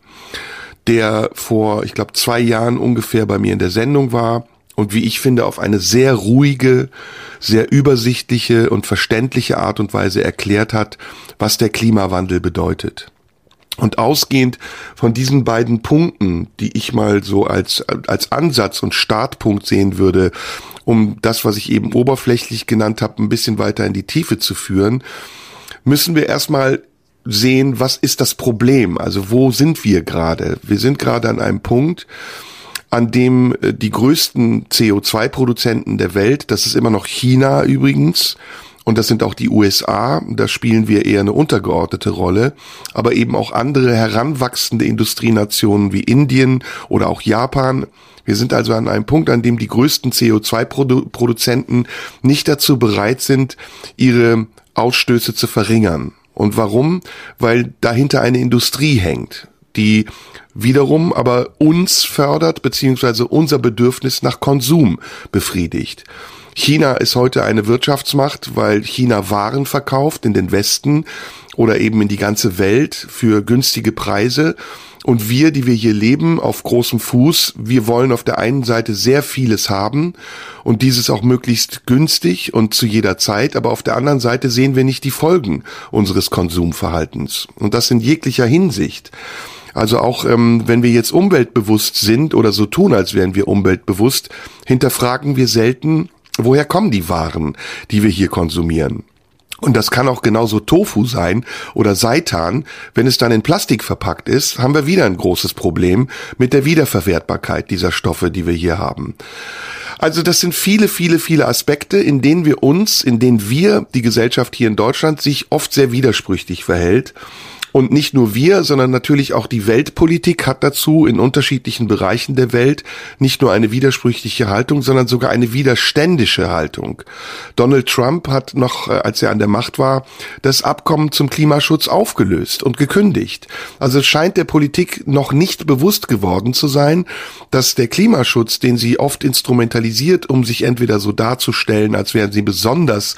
der vor, ich glaube, 2 Jahren ungefähr bei mir in der Sendung war und wie ich finde, auf eine sehr ruhige, sehr übersichtliche und verständliche Art und Weise erklärt hat, was der Klimawandel bedeutet. Und ausgehend von diesen beiden Punkten, die ich mal so als Ansatz und Startpunkt sehen würde, um das, was ich eben oberflächlich genannt habe, ein bisschen weiter in die Tiefe zu führen, müssen wir erstmal sehen, was ist das Problem? Also wo sind wir gerade? Wir sind gerade an einem Punkt, an dem die größten CO2-Produzenten der Welt, das ist immer noch China übrigens, und das sind auch die USA, da spielen wir eher eine untergeordnete Rolle, aber eben auch andere heranwachsende Industrienationen wie Indien oder auch Japan. Wir sind also an einem Punkt, an dem die größten CO2-Produzenten nicht dazu bereit sind, ihre Ausstöße zu verringern. Und warum? Weil dahinter eine Industrie hängt, die wiederum aber uns fördert, beziehungsweise unser Bedürfnis nach Konsum befriedigt. China ist heute eine Wirtschaftsmacht, weil China Waren verkauft in den Westen oder eben in die ganze Welt für günstige Preise. Und wir, die wir hier leben, auf großem Fuß, wir wollen auf der einen Seite sehr vieles haben und dieses auch möglichst günstig und zu jeder Zeit, aber auf der anderen Seite sehen wir nicht die Folgen unseres Konsumverhaltens. Und das in jeglicher Hinsicht. Also auch wenn wir jetzt umweltbewusst sind oder so tun, als wären wir umweltbewusst, hinterfragen wir selten, woher kommen die Waren, die wir hier konsumieren. Und das kann auch genauso Tofu sein oder Seitan. Wenn es dann in Plastik verpackt ist, haben wir wieder ein großes Problem mit der Wiederverwertbarkeit dieser Stoffe, die wir hier haben. Also das sind viele, viele, viele Aspekte, in denen wir, die Gesellschaft hier in Deutschland, sich oft sehr widersprüchlich verhält. Und nicht nur wir, sondern natürlich auch die Weltpolitik hat dazu in unterschiedlichen Bereichen der Welt nicht nur eine widersprüchliche Haltung, sondern sogar eine widerständische Haltung. Donald Trump hat noch, als er an der Macht war, das Abkommen zum Klimaschutz aufgelöst und gekündigt. Also es scheint der Politik noch nicht bewusst geworden zu sein, dass der Klimaschutz, den sie oft instrumentalisiert, um sich entweder so darzustellen, als wären sie besonders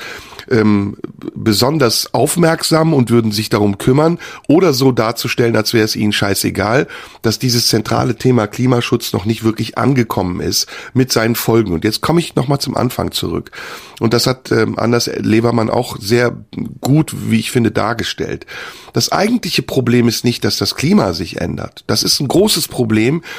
aufmerksam und würden sich darum kümmern, oder so darzustellen, als wäre es ihnen scheißegal, dass dieses zentrale Thema Klimaschutz noch nicht wirklich angekommen ist mit seinen Folgen. Und jetzt komme ich nochmal zum Anfang zurück. Und das hat Anders Levermann auch sehr gut, wie ich finde, dargestellt. Das eigentliche Problem ist nicht, dass das Klima sich ändert. Das ist ein großes Problem,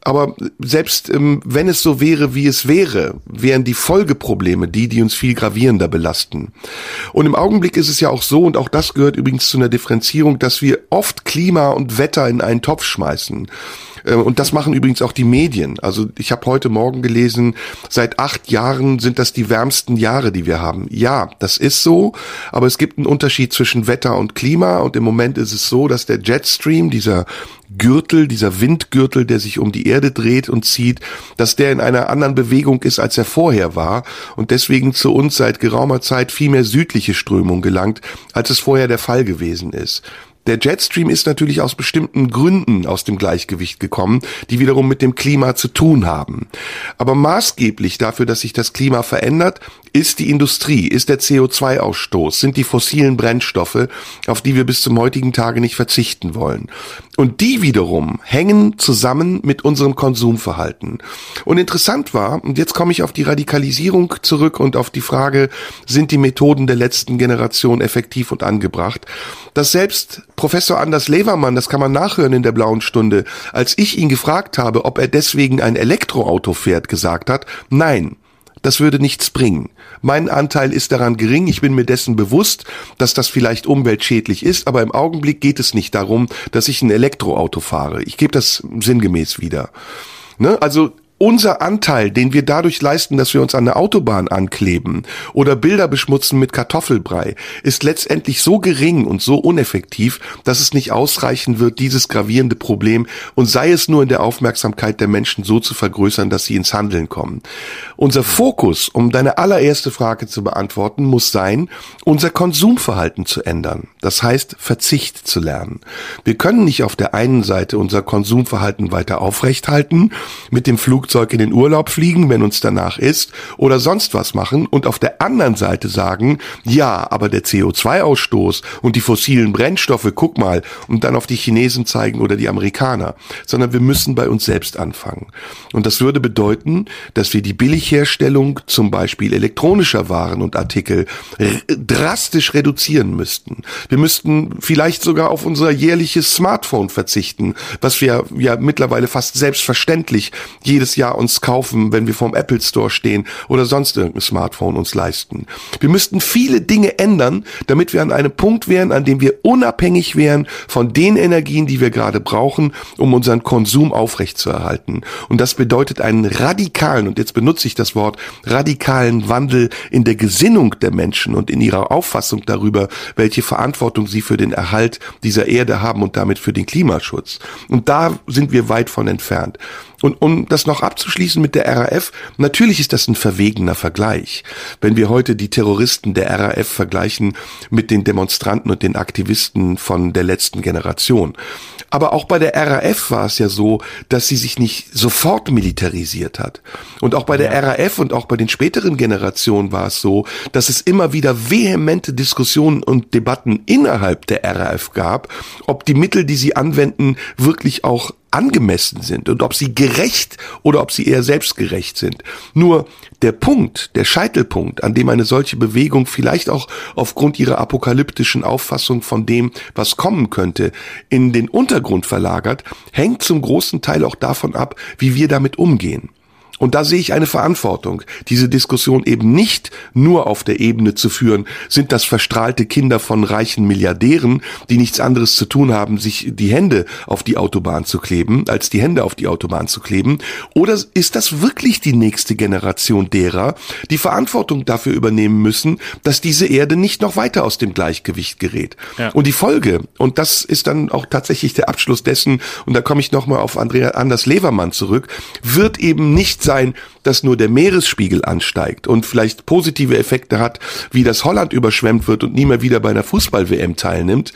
Aber selbst wenn es so wäre, wie es wäre, wären die Folgeprobleme die uns viel gravierender belasten. Und im Augenblick ist es ja auch so, und auch das gehört übrigens zu einer Differenzierung, dass wir oft Klima und Wetter in einen Topf schmeißen. Und das machen übrigens auch die Medien. Also ich habe heute Morgen gelesen, seit 8 Jahren sind das die wärmsten Jahre, die wir haben. Ja, das ist so, aber es gibt einen Unterschied zwischen Wetter und Klima. Und im Moment ist es so, dass der Jetstream, dieser Gürtel, dieser Windgürtel, der sich um die Erde dreht und zieht, dass der in einer anderen Bewegung ist, als er vorher war und deswegen zu uns seit geraumer Zeit viel mehr südliche Strömung gelangt, als es vorher der Fall gewesen ist. Der Jetstream ist natürlich aus bestimmten Gründen aus dem Gleichgewicht gekommen, die wiederum mit dem Klima zu tun haben. Aber maßgeblich dafür, dass sich das Klima verändert, ist die Industrie, ist der CO2-Ausstoß, sind die fossilen Brennstoffe, auf die wir bis zum heutigen Tage nicht verzichten wollen. Und die wiederum hängen zusammen mit unserem Konsumverhalten. Und interessant war, und jetzt komme ich auf die Radikalisierung zurück und auf die Frage, sind die Methoden der letzten Generation effektiv und angebracht, dass selbst Professor Anders Levermann, das kann man nachhören in der Blauen Stunde, als ich ihn gefragt habe, ob er deswegen ein Elektroauto fährt, gesagt hat, nein, das würde nichts bringen. Mein Anteil ist daran gering, ich bin mir dessen bewusst, dass das vielleicht umweltschädlich ist, aber im Augenblick geht es nicht darum, dass ich ein Elektroauto fahre. Ich gebe das sinngemäß wieder. Ne? Also unser Anteil, den wir dadurch leisten, dass wir uns an der Autobahn ankleben oder Bilder beschmutzen mit Kartoffelbrei, ist letztendlich so gering und so uneffektiv, dass es nicht ausreichen wird, dieses gravierende Problem, und sei es nur in der Aufmerksamkeit der Menschen, so zu vergrößern, dass sie ins Handeln kommen. Unser Fokus, um deine allererste Frage zu beantworten, muss sein, unser Konsumverhalten zu ändern. Das heißt, Verzicht zu lernen. Wir können nicht auf der einen Seite unser Konsumverhalten weiter aufrechthalten, mit dem Flugzeug in den Urlaub fliegen, wenn uns danach ist, oder sonst was machen und auf der anderen Seite sagen, ja, aber der CO2-Ausstoß und die fossilen Brennstoffe, guck mal, und dann auf die Chinesen zeigen oder die Amerikaner, sondern wir müssen bei uns selbst anfangen. Und das würde bedeuten, dass wir die Billigherstellung zum Beispiel elektronischer Waren und Artikel drastisch reduzieren müssten. Wir müssten vielleicht sogar auf unser jährliches Smartphone verzichten, was wir ja mittlerweile fast selbstverständlich jedes Jahr uns kaufen, wenn wir vorm Apple Store stehen oder sonst irgendein Smartphone uns leisten. Wir müssten viele Dinge ändern, damit wir an einem Punkt wären, an dem wir unabhängig wären von den Energien, die wir gerade brauchen, um unseren Konsum aufrechtzuerhalten. Und das bedeutet einen radikalen, und jetzt benutze ich das Wort, radikalen Wandel in der Gesinnung der Menschen und in ihrer Auffassung darüber, welche Verantwortung sie für den Erhalt dieser Erde haben und damit für den Klimaschutz. Und da sind wir weit von entfernt. Und um das noch abzuschließen mit der RAF, natürlich ist das ein verwegener Vergleich. Wenn wir heute die Terroristen der RAF vergleichen mit den Demonstranten und den Aktivisten von der letzten Generation. Aber auch bei der RAF war es ja so, dass sie sich nicht sofort militarisiert hat. Und auch bei der RAF und auch bei den späteren Generationen war es so, dass es immer wieder vehemente Diskussionen und Debatten innerhalb der RAF gab, ob die Mittel, die sie anwenden, wirklich auch angemessen sind und ob sie gerecht oder ob sie eher selbstgerecht sind. Nur der Punkt, der Scheitelpunkt, an dem eine solche Bewegung vielleicht auch aufgrund ihrer apokalyptischen Auffassung von dem, was kommen könnte, in den Untergrund verlagert, hängt zum großen Teil auch davon ab, wie wir damit umgehen. Und da sehe ich eine Verantwortung, diese Diskussion eben nicht nur auf der Ebene zu führen, sind das verstrahlte Kinder von reichen Milliardären, die nichts anderes zu tun haben, sich die Hände auf die Autobahn zu kleben, als die Hände auf die Autobahn zu kleben, oder ist das wirklich die nächste Generation derer, die Verantwortung dafür übernehmen müssen, dass diese Erde nicht noch weiter aus dem Gleichgewicht gerät. Ja. Und die Folge, und das ist dann auch tatsächlich der Abschluss dessen, und da komme ich nochmal auf Anders Levermann zurück, wird eben nicht sein, dass nur der Meeresspiegel ansteigt und vielleicht positive Effekte hat, wie das Holland überschwemmt wird und nie mehr wieder bei einer Fußball-WM teilnimmt,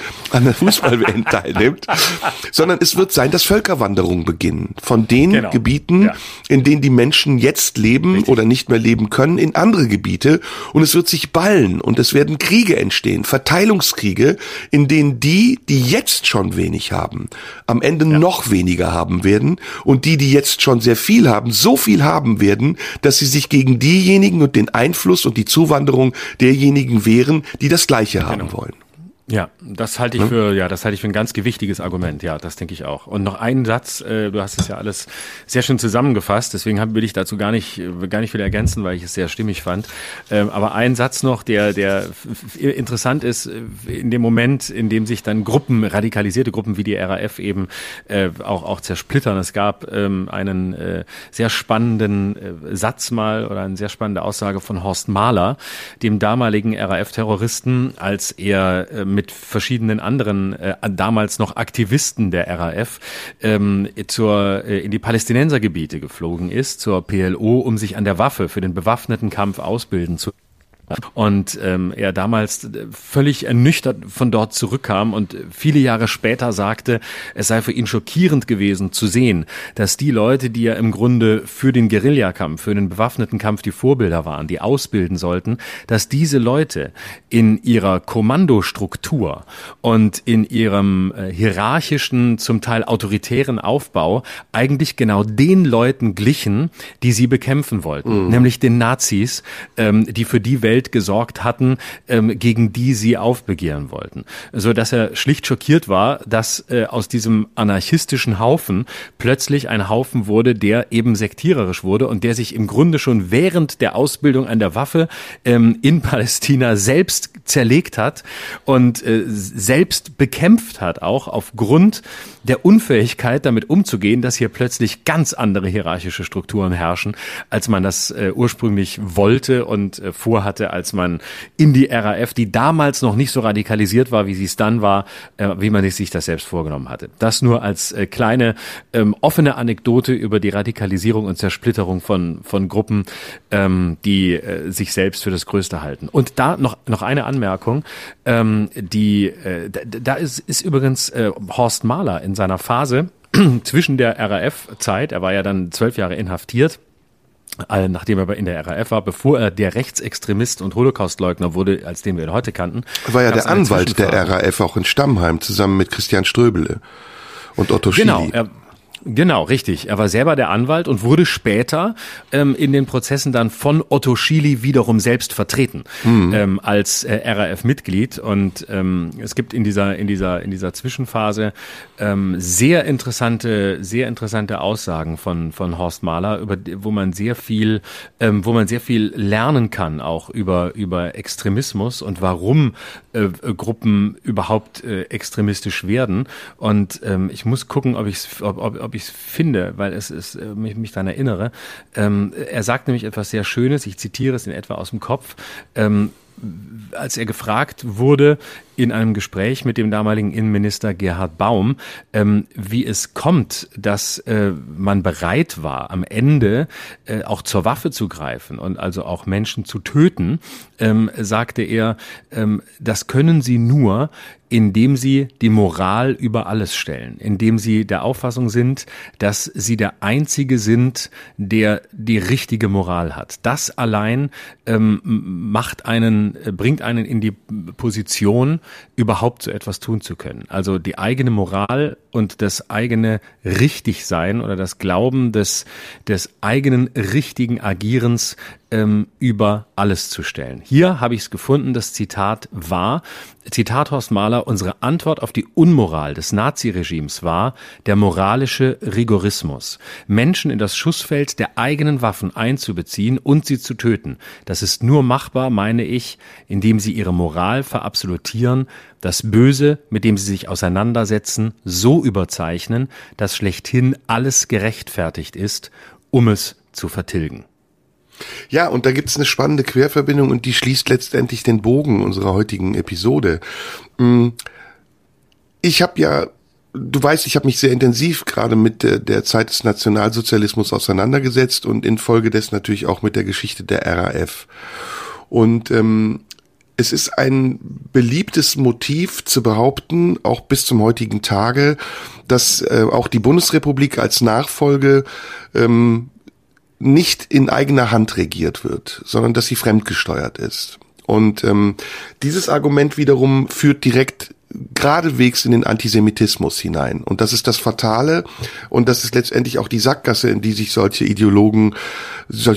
sondern es wird sein, dass Völkerwanderungen beginnen von den Gebieten, in denen die Menschen jetzt leben oder nicht mehr leben können, in andere Gebiete, und es wird sich ballen und es werden Kriege entstehen, Verteilungskriege, in denen die jetzt schon wenig haben, am Ende noch weniger haben werden, und die jetzt schon sehr viel haben, so viel haben werden, dass sie sich gegen diejenigen und den Einfluss und die Zuwanderung derjenigen wehren, die das Gleiche haben wollen. Ja, das halte ich für ein ganz gewichtiges Argument. Ja, das denke ich auch. Und noch einen Satz, du hast es ja alles sehr schön zusammengefasst, deswegen will ich dazu gar nicht viel ergänzen, weil ich es sehr stimmig fand. Aber ein Satz noch, der interessant ist, in dem Moment, in dem sich dann radikalisierte Gruppen wie die RAF eben auch zersplittern. Es gab einen sehr spannenden Satz mal oder eine sehr spannende Aussage von Horst Mahler, dem damaligen RAF-Terroristen, als er mit verschiedenen anderen damals noch Aktivisten der RAF in die Palästinensergebiete geflogen ist, zur PLO, um sich an der Waffe für den bewaffneten Kampf ausbilden zu. Und er damals völlig ernüchtert von dort zurückkam und viele Jahre später sagte, es sei für ihn schockierend gewesen zu sehen, dass die Leute, die ja im Grunde für den Guerillakampf, für den bewaffneten Kampf die Vorbilder waren, die ausbilden sollten, dass diese Leute in ihrer Kommandostruktur und in ihrem hierarchischen, zum Teil autoritären Aufbau eigentlich genau den Leuten glichen, die sie bekämpfen wollten, nämlich den Nazis, die für die Welt gesorgt hatten, gegen die sie aufbegehren wollten. So dass er schlicht schockiert war, dass aus diesem anarchistischen Haufen plötzlich ein Haufen wurde, der eben sektiererisch wurde und der sich im Grunde schon während der Ausbildung an der Waffe in Palästina selbst zerlegt hat und selbst bekämpft hat, auch aufgrund der Unfähigkeit, damit umzugehen, dass hier plötzlich ganz andere hierarchische Strukturen herrschen, als man das ursprünglich wollte und vorhatte, als man in die RAF, die damals noch nicht so radikalisiert war, wie sie es dann war, wie man sich das selbst vorgenommen hatte. Das nur als kleine offene Anekdote über die Radikalisierung und Zersplitterung von Gruppen, die sich selbst für das Größte halten. Und da noch eine Anmerkung, da ist übrigens Horst Mahler in seiner Phase zwischen der RAF-Zeit, er war ja dann 12 Jahre inhaftiert, nachdem er aber in der RAF war, bevor er der Rechtsextremist und Holocaustleugner wurde, als den wir ihn heute kannten. War ja der Anwalt der RAF auch in Stammheim, zusammen mit Christian Ströbele und Otto Schily. Genau, richtig. Er war selber der Anwalt und wurde später in den Prozessen dann von Otto Schily wiederum selbst vertreten als RAF-Mitglied. Und es gibt in dieser Zwischenphase sehr interessante Aussagen von Horst Mahler, wo man sehr viel lernen kann, auch über Extremismus und warum Gruppen überhaupt extremistisch werden. Und ich muss gucken, ob ich es finde, weil mich daran erinnere. Er sagt nämlich etwas sehr Schönes, ich zitiere es in etwa aus dem Kopf, als er gefragt wurde in einem Gespräch mit dem damaligen Innenminister Gerhard Baum, wie es kommt, dass man bereit war, am Ende auch zur Waffe zu greifen und also auch Menschen zu töten, sagte er, das können sie nur, indem sie die Moral über alles stellen, indem sie der Auffassung sind, dass sie der Einzige sind, der die richtige Moral hat. Das allein bringt einen in die Position, überhaupt so etwas tun zu können. Also die eigene Moral und das eigene Richtigsein oder das Glauben des eigenen richtigen Agierens über alles zu stellen. Hier habe ich es gefunden, das Zitat Horst Mahler, unsere Antwort auf die Unmoral des Naziregimes war der moralische Rigorismus. Menschen in das Schussfeld der eigenen Waffen einzubeziehen und sie zu töten. Das ist nur machbar, meine ich, indem sie ihre Moral verabsolutieren, das Böse, mit dem sie sich auseinandersetzen, so überzeichnen, dass schlechthin alles gerechtfertigt ist, um es zu vertilgen. Ja, und da gibt's eine spannende Querverbindung und die schließt letztendlich den Bogen unserer heutigen Episode. Ich habe mich sehr intensiv gerade mit der Zeit des Nationalsozialismus auseinandergesetzt und infolgedessen natürlich auch mit der Geschichte der RAF. Und es ist ein beliebtes Motiv zu behaupten, auch bis zum heutigen Tage, dass auch die Bundesrepublik als Nachfolge nicht in eigener Hand regiert wird, sondern dass sie fremdgesteuert ist. Und dieses Argument wiederum führt direkt geradewegs in den Antisemitismus hinein. Und das ist das Fatale und das ist letztendlich auch die Sackgasse, in die sich solche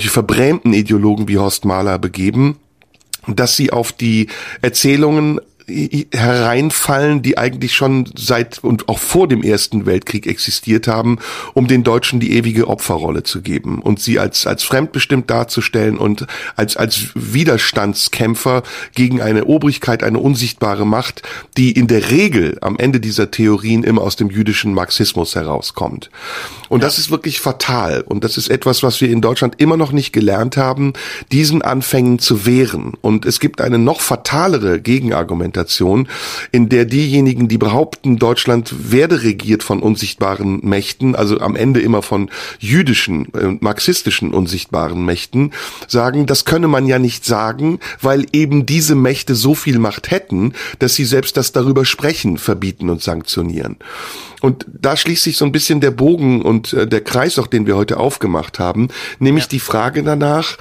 verbrämten Ideologen wie Horst Mahler begeben, dass sie auf die Erzählungen hereinfallen, die eigentlich schon seit und auch vor dem Ersten Weltkrieg existiert haben, um den Deutschen die ewige Opferrolle zu geben und sie als fremdbestimmt darzustellen und als Widerstandskämpfer gegen eine Obrigkeit, eine unsichtbare Macht, die in der Regel am Ende dieser Theorien immer aus dem jüdischen Marxismus herauskommt. Und das ist wirklich fatal. Und das ist etwas, was wir in Deutschland immer noch nicht gelernt haben, diesen Anfängen zu wehren. Und es gibt eine noch fatalere Gegenargumentation, in der diejenigen, die behaupten, Deutschland werde regiert von unsichtbaren Mächten, also am Ende immer von jüdischen, marxistischen unsichtbaren Mächten, sagen, das könne man ja nicht sagen, weil eben diese Mächte so viel Macht hätten, dass sie selbst das darüber sprechen, verbieten und sanktionieren. Und da schließt sich so ein bisschen der Bogen und der Kreis, auch den wir heute aufgemacht haben, nämlich die Frage danach,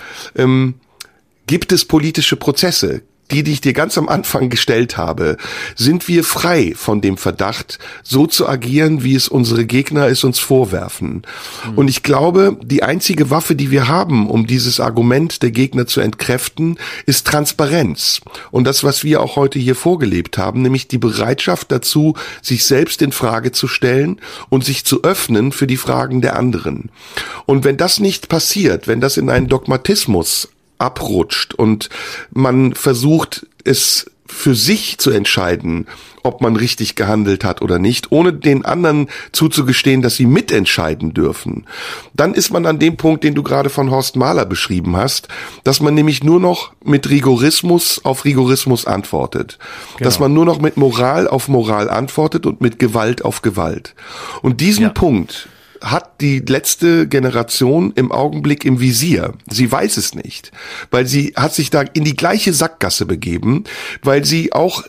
gibt es politische Prozesse? Die ich dir ganz am Anfang gestellt habe, sind wir frei von dem Verdacht, so zu agieren, wie es unsere Gegner es uns vorwerfen. Und ich glaube, die einzige Waffe, die wir haben, um dieses Argument der Gegner zu entkräften, ist Transparenz. Und das, was wir auch heute hier vorgelebt haben, nämlich die Bereitschaft dazu, sich selbst in Frage zu stellen und sich zu öffnen für die Fragen der anderen. Und wenn das nicht passiert, wenn das in einen Dogmatismus abrutscht und man versucht, es für sich zu entscheiden, ob man richtig gehandelt hat oder nicht, ohne den anderen zuzugestehen, dass sie mitentscheiden dürfen, dann ist man an dem Punkt, den du gerade von Horst Mahler beschrieben hast, dass man nämlich nur noch mit Rigorismus auf Rigorismus antwortet. Genau. Dass man nur noch mit Moral auf Moral antwortet und mit Gewalt auf Gewalt. Und diesen Punkt hat die letzte Generation im Augenblick im Visier. Sie weiß es nicht, weil sie hat sich da in die gleiche Sackgasse begeben, weil sie auch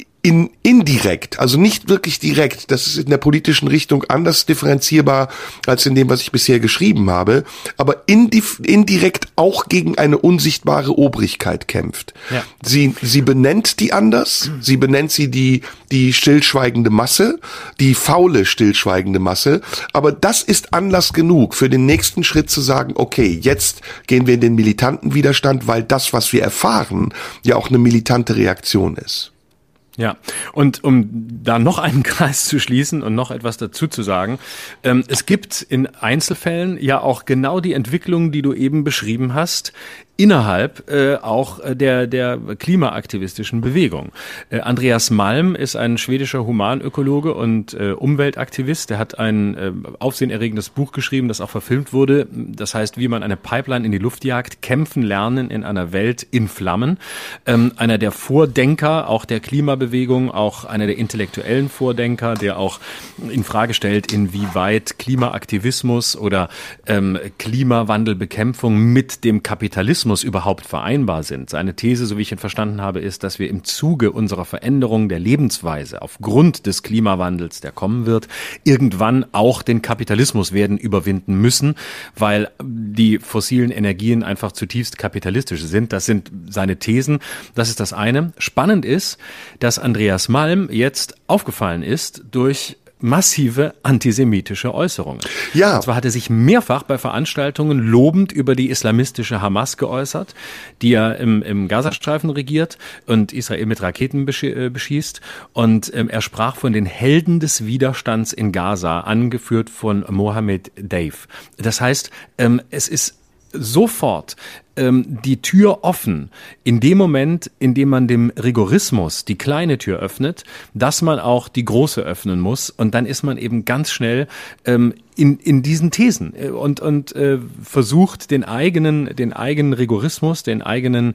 indirekt, also nicht wirklich direkt, das ist in der politischen Richtung anders differenzierbar als in dem, was ich bisher geschrieben habe, aber indirekt auch gegen eine unsichtbare Obrigkeit kämpft. Ja. Sie benennt die anders, sie benennt sie die stillschweigende Masse, die faule stillschweigende Masse, aber das ist Anlass genug für den nächsten Schritt zu sagen, okay, jetzt gehen wir in den militanten Widerstand, weil das, was wir erfahren, ja auch eine militante Reaktion ist. Ja, und um da noch einen Kreis zu schließen und noch etwas dazu zu sagen, es gibt in Einzelfällen ja auch genau die Entwicklung, die du eben beschrieben hast, innerhalb auch der klimaaktivistischen Bewegung. Andreas Malm ist ein schwedischer Humanökologe und Umweltaktivist. Der hat ein aufsehenerregendes Buch geschrieben, das auch verfilmt wurde. Das heißt, wie man eine Pipeline in die Luft jagt, kämpfen lernen in einer Welt in Flammen. Einer der Vordenker auch der Klimabewegung, auch einer der intellektuellen Vordenker, der auch in Frage stellt, inwieweit Klimaaktivismus oder Klimawandelbekämpfung mit dem Kapitalismus überhaupt vereinbar sind. Seine These, so wie ich ihn verstanden habe, ist, dass wir im Zuge unserer Veränderung der Lebensweise aufgrund des Klimawandels, der kommen wird, irgendwann auch den Kapitalismus werden überwinden müssen, weil die fossilen Energien einfach zutiefst kapitalistisch sind. Das sind seine Thesen. Das ist das eine. Spannend ist, dass Andreas Malm jetzt aufgefallen ist durch massive antisemitische Äußerungen. Ja. Und zwar hat er sich mehrfach bei Veranstaltungen lobend über die islamistische Hamas geäußert, die ja im Gazastreifen regiert und Israel mit Raketen beschießt. Und er sprach von den Helden des Widerstands in Gaza, angeführt von Mohammed Deif. Das heißt, es ist sofort die Tür offen, in dem Moment, in dem man dem Rigorismus die kleine Tür öffnet, dass man auch die große öffnen muss, und dann ist man eben ganz schnell in diesen Thesen und versucht den eigenen Rigorismus, den eigenen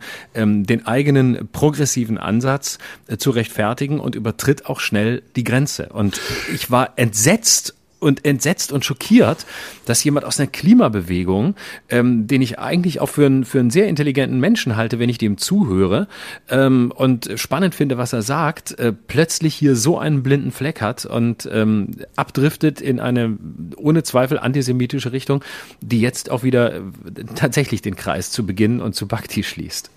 progressiven Ansatz zu rechtfertigen und übertritt auch schnell die Grenze. Und ich war entsetzt und schockiert, dass jemand aus einer Klimabewegung, den ich eigentlich auch für einen sehr intelligenten Menschen halte, wenn ich dem zuhöre, und spannend finde, was er sagt, plötzlich hier so einen blinden Fleck hat und abdriftet in eine ohne Zweifel antisemitische Richtung, die jetzt auch wieder tatsächlich den Kreis zu Beginn und zu Bhakti schließt.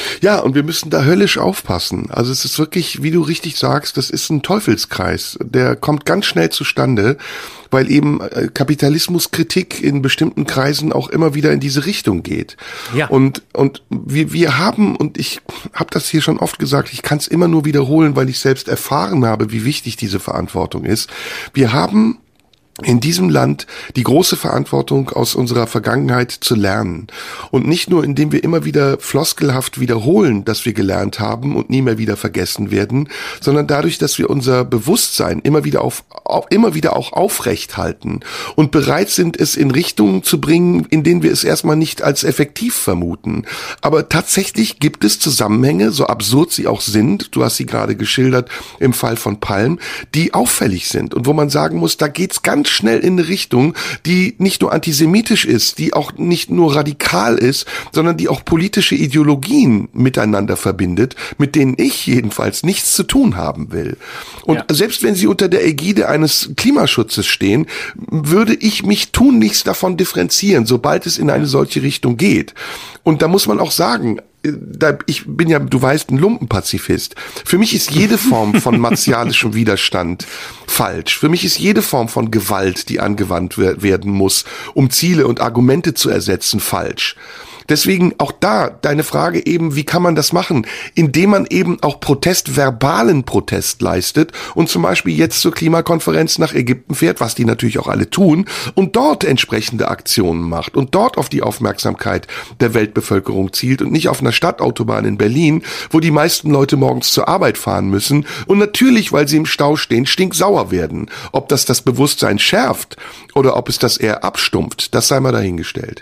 Ja, und wir müssen da höllisch aufpassen. Also es ist wirklich, wie du richtig sagst, das ist ein Teufelskreis. Der kommt ganz schnell zustande, weil eben Kapitalismuskritik in bestimmten Kreisen auch immer wieder in diese Richtung geht. Ja. Und wir haben, und ich habe das hier schon oft gesagt, ich kann es immer nur wiederholen, weil ich selbst erfahren habe, wie wichtig diese Verantwortung ist. Wir haben in diesem Land die große Verantwortung, aus unserer Vergangenheit zu lernen. Und nicht nur, indem wir immer wieder floskelhaft wiederholen, dass wir gelernt haben und nie mehr wieder vergessen werden, sondern dadurch, dass wir unser Bewusstsein immer wieder auch aufrecht halten und bereit sind, es in Richtungen zu bringen, in denen wir es erstmal nicht als effektiv vermuten. Aber tatsächlich gibt es Zusammenhänge, so absurd sie auch sind, du hast sie gerade geschildert im Fall von Palm, die auffällig sind und wo man sagen muss, da geht's ganz schnell in eine Richtung, die nicht nur antisemitisch ist, die auch nicht nur radikal ist, sondern die auch politische Ideologien miteinander verbindet, mit denen ich jedenfalls nichts zu tun haben will. Und selbst wenn sie unter der Ägide eines Klimaschutzes stehen, würde ich mich tunlichst davon differenzieren, sobald es in eine solche Richtung geht. Und da muss man auch sagen, ich bin ja, du weißt, ein Lumpenpazifist. Für mich ist jede Form von martialischem Widerstand falsch. Für mich ist jede Form von Gewalt, die angewandt werden muss, um Ziele und Argumente zu ersetzen, falsch. Deswegen auch da deine Frage eben, wie kann man das machen? Indem man eben auch verbalen Protest leistet und zum Beispiel jetzt zur Klimakonferenz nach Ägypten fährt, was die natürlich auch alle tun, und dort entsprechende Aktionen macht und dort auf die Aufmerksamkeit der Weltbevölkerung zielt und nicht auf einer Stadtautobahn in Berlin, wo die meisten Leute morgens zur Arbeit fahren müssen und natürlich, weil sie im Stau stehen, stinksauer werden. Ob das Bewusstsein schärft oder ob es das eher abstumpft, das sei mal dahingestellt.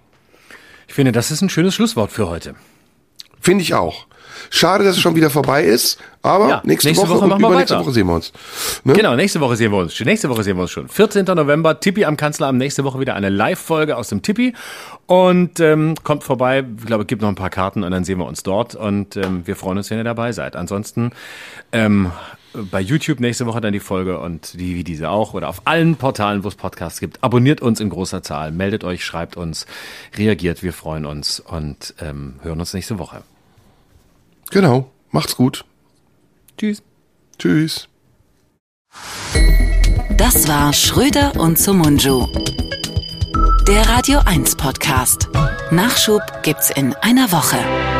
Ich finde, das ist ein schönes Schlusswort für heute. Finde ich auch. Schade, dass es schon wieder vorbei ist, aber nächste Woche und übernächste Woche sehen wir uns. Ne? Genau, nächste Woche sehen wir uns schon. 14. November, Tippi am Kanzleramt, nächste Woche wieder eine Live-Folge aus dem Tippi und kommt vorbei, ich glaube, es gibt noch ein paar Karten und dann sehen wir uns dort und wir freuen uns, wenn ihr dabei seid. Ansonsten bei YouTube nächste Woche dann die Folge und wie diese auch oder auf allen Portalen, wo es Podcasts gibt. Abonniert uns in großer Zahl, meldet euch, schreibt uns, reagiert, wir freuen uns und hören uns nächste Woche. Genau, macht's gut. Tschüss. Tschüss. Das war Schröder und Sumunju, der Radio 1 Podcast. Nachschub gibt's in einer Woche.